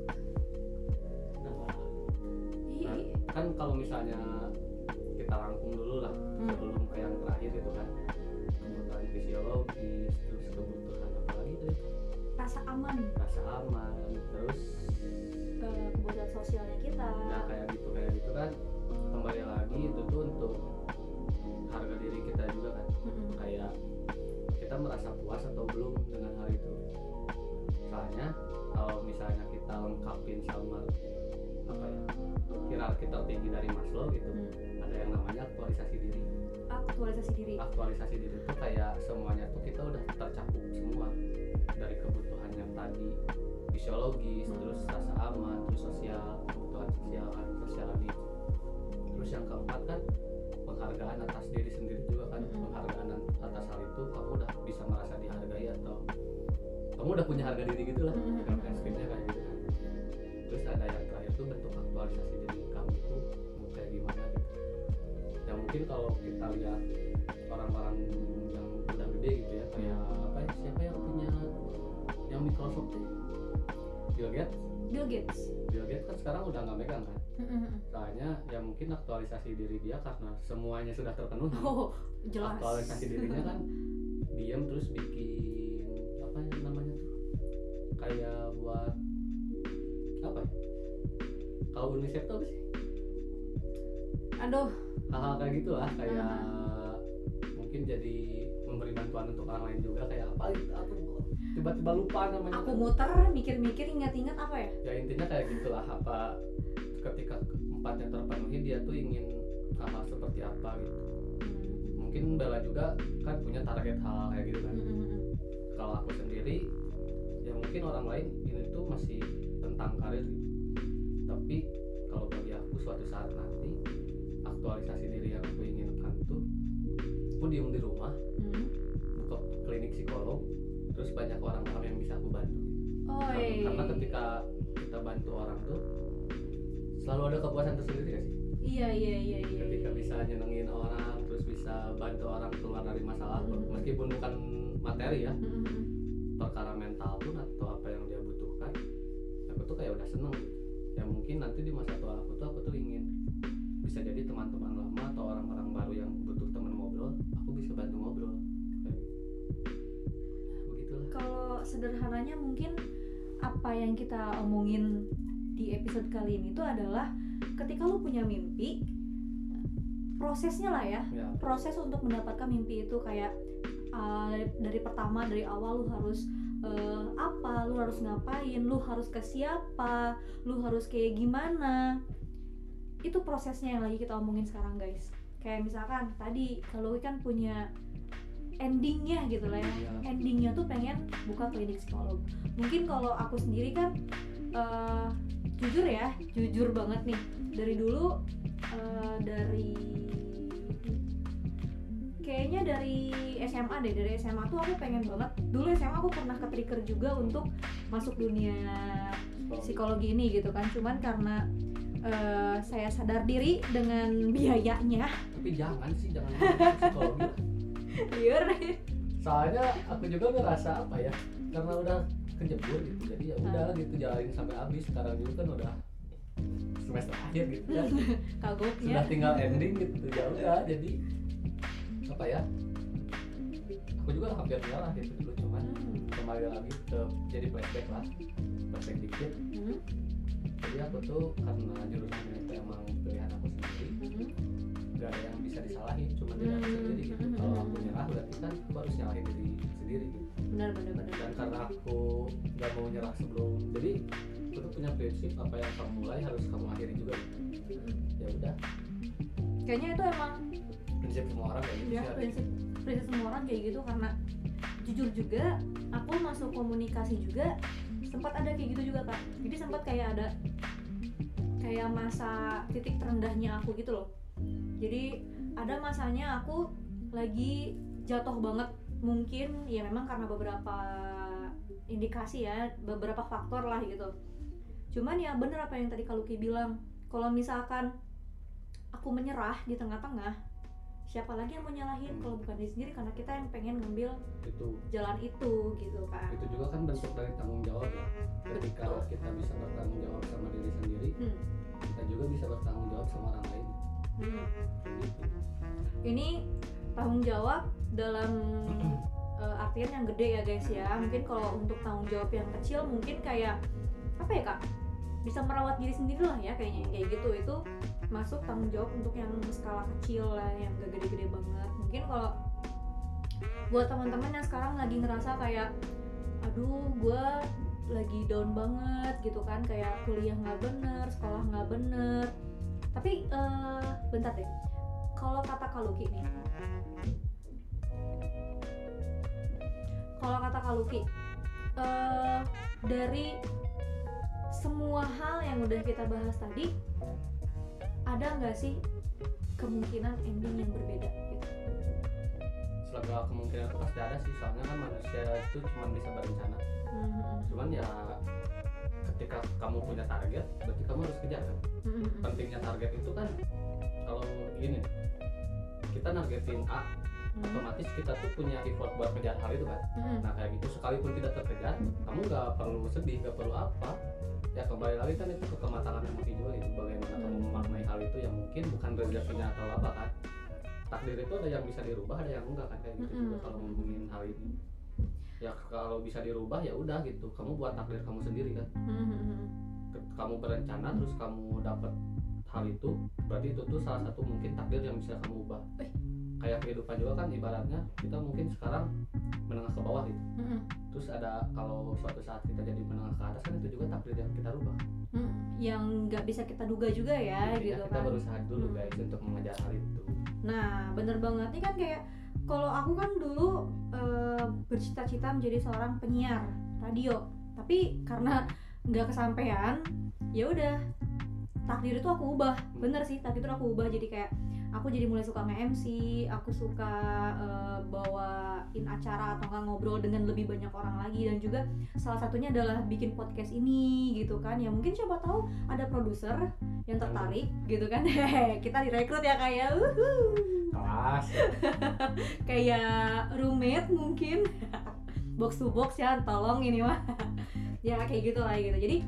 Speaker 1: Nah, kan kalau misalnya kita rangkum dulu lah sebelum ke yang terakhir itu kan, kebutuhan fisiologis, terus kebutuhan apa lagi tuh?
Speaker 3: Rasa aman,
Speaker 1: terus
Speaker 3: kebutuhan sosialnya kita.
Speaker 1: Nah kayak gitu kan, kembali lagi itu tuh untuk harga diri kita juga kan. Kayak kita merasa puas atau belum dengan hal itu. Soalnya kalau misalnya kita lengkapin sama hierarki tertinggi dari Maslow gitu, ada yang namanya aktualisasi diri. Aktualisasi diri itu kayak semuanya tuh kita udah tercakup semua, dari kebutuhan yang tadi fisiologis, terus rasa aman, terus sosial, kebutuhan sosial needs. Terus yang keempat kan penghargaan atas diri sendiri juga kan. Penghargaan atas hal itu kamu udah bisa merasa dihargai atau kamu udah punya harga diri gitu lah, kalau prinsipnya kayak gitu kan. Terus ada yang terakhir tuh bentuk aktualisasi diri kamu itu kayak gimana gitu. Yang mungkin kalau kita lihat orang-orang yang udah gede gitu ya, kayak siapa yang punya yang Microsoft tuh, Bill Gates kan sekarang udah nggak megang kan. Soalnya ya mungkin aktualisasi diri dia karena semuanya sudah terpenuhi.
Speaker 3: Jelas.
Speaker 1: Aktualisasi dirinya kan diam terus bikin apa yang namanya tuh, kayak buat apa ya? Kalau UNICEF tuh apa sih?
Speaker 3: Aduh,
Speaker 1: hal-hal kayak gitulah, kayak mungkin jadi memberi bantuan untuk orang lain juga, kayak apa gitu, aku tiba-tiba lupa namanya.
Speaker 3: Aku muter mikir-mikir ingat-ingat apa ya?
Speaker 1: Ya intinya kayak gitulah, apa ketika empatnya terpenuhi dia tuh ingin hal-hal seperti apa gitu. Mungkin Bella juga kan punya target hal kayak gitu kan. Kalau aku sendiri ya mungkin orang lain ini tuh masih tentang karir gitu. Tapi kalau bagi aku suatu saat nanti aktualisasi diri yang aku inginkan tuh aku diem di rumah, buka klinik psikolog, terus banyak orang-orang yang bisa aku bantu gitu. Karena ketika kita bantu orang tuh selalu ada kepuasan tersendiri gak sih?
Speaker 3: Iya.
Speaker 1: Ketika bisa nyenengin orang, terus bisa bantu orang keluar dari masalah, meskipun bukan materi ya, perkara mental pun atau apa yang dia butuhkan, aku tuh kayak udah seneng gitu. Ya mungkin nanti di masa tua aku tuh ingin bisa jadi teman-teman lama atau orang-orang baru yang butuh teman ngobrol, aku bisa bantu ngobrol. Begitulah.
Speaker 3: Kalau sederhananya mungkin apa yang kita omongin di episode kali ini tuh adalah ketika lu punya mimpi, prosesnya lah ya. Proses untuk mendapatkan mimpi itu kayak dari pertama, dari awal lu harus apa, lu harus ngapain, lu harus ke siapa, lu harus kayak gimana. Itu prosesnya yang lagi kita omongin sekarang guys. Kayak misalkan tadi kalau kan punya endingnya gitu lah ya. Endingnya tuh pengen buka klinik psikolog. Mungkin kalau aku sendiri kan jujur banget nih, dari dulu kayaknya dari SMA deh. Dari SMA tuh aku pengen banget. Dulu SMA aku pernah ke-trigger juga untuk masuk dunia psikologi ini gitu kan. Cuman karena saya sadar diri dengan biayanya.
Speaker 1: Tapi jangan masuk psikologi.
Speaker 3: Liar.
Speaker 1: Soalnya aku juga ngerasa apa ya, karena udah kejebur gitu, jadi ya udah gitu jalanin sampai habis. Sekarang juga kan udah semester akhir gitu kan.
Speaker 3: Kagoknya.
Speaker 1: Sudah tinggal ending gitu, ya udah. Jadi apa ya, aku juga hampir nyerah gitu dulu, cuman kembali lagi ke jadi flashback dikit. Jadi aku tuh karena jurusan itu emang pilihan aku sendiri, gak ada yang bisa disalahin, cuma diri aku sendiri gitu. Kalau aku nyerah berarti kan aku harus nyalahin diri sendiri gitu.
Speaker 3: Benar.
Speaker 1: Dan karena aku gak mau nyerah sebelum, jadi aku tuh punya prinsip apa yang kamu mulai harus kamu akhiri juga gitu. Ya udah.
Speaker 3: Kayaknya itu emang
Speaker 1: Prinsip semua orang kayak gitu
Speaker 3: ya,
Speaker 1: sih.
Speaker 3: prinsip semua orang kayak gitu, karena jujur juga aku masuk komunikasi juga sempat ada kayak gitu juga Kak. Jadi sempat kayak ada kayak masa titik terendahnya aku gitu loh. Jadi ada masanya aku lagi jatuh banget, mungkin ya memang karena beberapa indikasi ya, beberapa faktor lah gitu. Cuman ya bener apa yang tadi Kak Luki bilang, kalau misalkan aku menyerah di tengah-tengah, siapa lagi yang mau nyalahin kalau bukan diri sendiri, karena kita yang pengen ngambil
Speaker 1: Itu
Speaker 3: jalan itu gitu kan.
Speaker 1: itu juga kan bentuk dari tanggung jawab ya. Ketika kita bisa bertanggung jawab sama diri sendiri, kita juga bisa bertanggung jawab sama orang lain. Gitu.
Speaker 3: Ini tanggung jawab dalam artian yang gede ya guys ya. Mungkin kalau untuk tanggung jawab yang kecil mungkin kayak apa ya Kak, bisa merawat diri sendiri lah ya, kayaknya kayak gitu. Itu masuk tanggung jawab untuk yang skala kecil lah, yang gak gede-gede banget. Mungkin kalau buat teman-teman yang sekarang lagi ngerasa kayak aduh gue lagi down banget gitu kan, kayak kuliah gak bener, sekolah gak bener. Tapi bentar deh, kalau kata Kak Luki nih, dari semua hal yang udah kita bahas tadi, ada nggak sih kemungkinan ending yang berbeda gitu?
Speaker 1: Segala kemungkinan itu pasti ada sih, soalnya kan manusia itu cuma bisa berencana. Cuman ya ketika kamu punya target, berarti kamu harus kejar kan. Pentingnya target itu kan, kalau gini, kita nargetin A, otomatis kita tuh punya effort buat kejar hal itu kan. Nah kayak gitu, sekalipun tidak terkejar, kamu nggak perlu sedih, nggak perlu apa. Ya kembali lagi kan itu ke kematangan emosi juga itu, bagaimana kamu memaknai hal itu yang mungkin bukan rezekinya atau apa kan. Takdir itu ada yang bisa dirubah, ada yang enggak kan, kayak gitu juga kalau ngomongin hal ini. Ya kalau bisa dirubah ya udah gitu, kamu buat takdir kamu sendiri kan. Kamu berencana terus kamu dapat hal itu, berarti itu tuh salah satu mungkin takdir yang bisa kamu ubah. Kayak kehidupan juga kan, ibaratnya kita mungkin sekarang menengah ke bawah gitu. Terus ada kalau suatu saat kita jadi menengah ke atas kan, itu juga takdir yang kita rubah.
Speaker 3: Yang nggak bisa kita duga juga ya.
Speaker 1: Jadi
Speaker 3: gitu
Speaker 1: kita
Speaker 3: kan.
Speaker 1: berusaha dulu guys untuk mengejar hal itu.
Speaker 3: Nah bener banget nih kan, kayak kalau aku kan dulu bercita-cita menjadi seorang penyiar radio, tapi karena nggak kesampaian, ya udah takdir itu aku ubah. Bener sih, takdir itu aku ubah, jadi kayak aku jadi mulai suka nge-MC, aku suka bawain acara atau nggak ngobrol dengan lebih banyak orang lagi, dan juga salah satunya adalah bikin podcast ini gitu kan. Ya mungkin siapa tahu ada produser yang tertarik gitu kan. Kita direkrut ya kayak
Speaker 1: Kelas.
Speaker 3: kayak roommate mungkin. box to box ya, tolong ini mah. Ya kayak gitu lah gitu. Jadi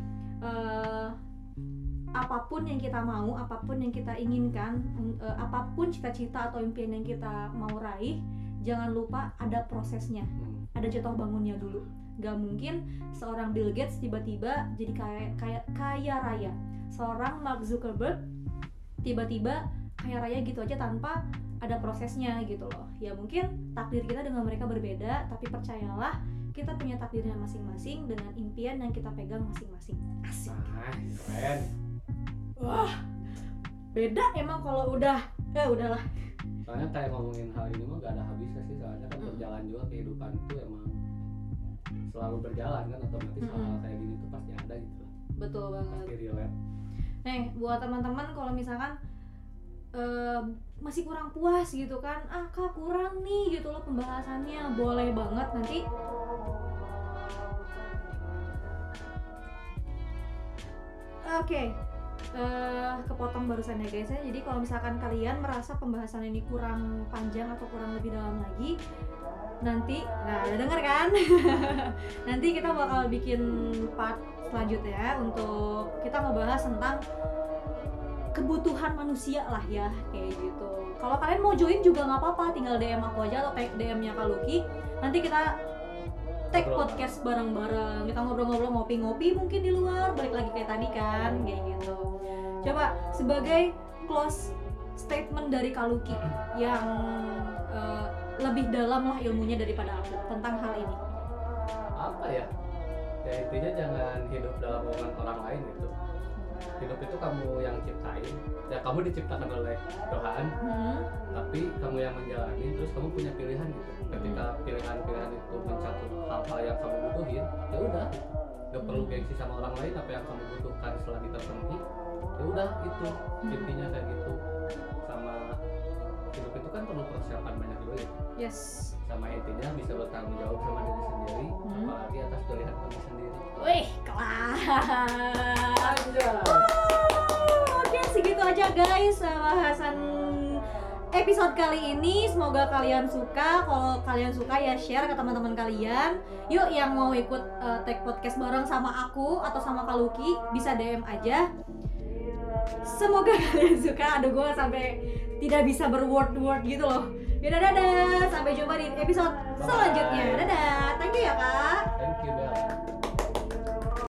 Speaker 3: apapun yang kita mau, apapun yang kita inginkan, apapun cita-cita atau impian yang kita mau raih, jangan lupa ada prosesnya, ada jatuh bangunnya dulu. Gak mungkin seorang Bill Gates tiba-tiba jadi kaya raya, seorang Mark Zuckerberg tiba-tiba kaya raya gitu aja tanpa ada prosesnya gitu loh. Ya mungkin takdir kita dengan mereka berbeda, tapi percayalah kita punya takdirnya masing-masing dengan impian yang kita pegang masing-masing. Asik.
Speaker 1: Keren.
Speaker 3: Wah, beda emang kalau udah, ya udahlah.
Speaker 1: Soalnya kayak ngomongin hal ini mah gak ada habisnya sih, soalnya kan berjalan juga kehidupan itu emang selalu berjalan kan, otomatis hal-hal kayak gini tuh pasti ada gitu lah.
Speaker 3: Betul banget.
Speaker 1: Pasti relate.
Speaker 3: Nih, buat teman-teman kalau misalkan masih kurang puas gitu kan, Kak kurang nih gitu loh pembahasannya, boleh banget nanti kepotong barusan ya guys ya. Jadi kalau misalkan kalian merasa pembahasan ini kurang panjang atau kurang lebih dalam lagi, nanti, udah denger kan? Nanti kita bakal bikin part selanjutnya untuk kita ngebahas tentang kebutuhan manusia lah ya, kayak gitu. Kalau kalian mau join juga nggak apa-apa, tinggal DM aku aja atau DM-nya Kak Lucky. Nanti kita tag podcast bareng-bareng, kita ngobrol-ngobrol, ngopi-ngopi mungkin di luar, balik lagi kayak tadi kan, kayak gitu. Coba sebagai close statement dari Kak Lucky yang lebih dalam lah ilmunya daripada aku tentang hal ini.
Speaker 1: Apa ya? Ya intinya jangan hidup dalam omongan orang lain gitu. Hidup itu kamu yang ciptain, ya kamu diciptakan oleh Tuhan, tapi kamu yang menjalani, terus kamu punya pilihan gitu. Ketika pilihan-pilihan itu mencakup hal-hal yang kamu butuhin, ya udah, gak perlu gengsi sama orang lain. Apa yang kamu butuhkan selagi terpenuhi, ya udah itu intinya kayak gitu. Sama hidup itu kan perlu persiapan banyak dulu ya.
Speaker 3: Yes.
Speaker 1: Sama intinya bisa bertanggung jawab sama diri sendiri, apalagi atas pilihan kamu sendiri.
Speaker 3: Wih, kelas. Oke, segitu aja guys bahasan episode kali ini. Semoga kalian suka. Kalau kalian suka ya share ke teman-teman kalian. Yuk yang mau ikut tag podcast bareng sama aku atau sama Kak Lucky bisa DM aja. Semoga kalian suka. Aduh, gue sampai tidak bisa berword-word gitu loh. Yaudah, dadah. Sampai jumpa di episode selanjutnya. Dadah. Thank you ya Kak.
Speaker 1: Thank you Bella.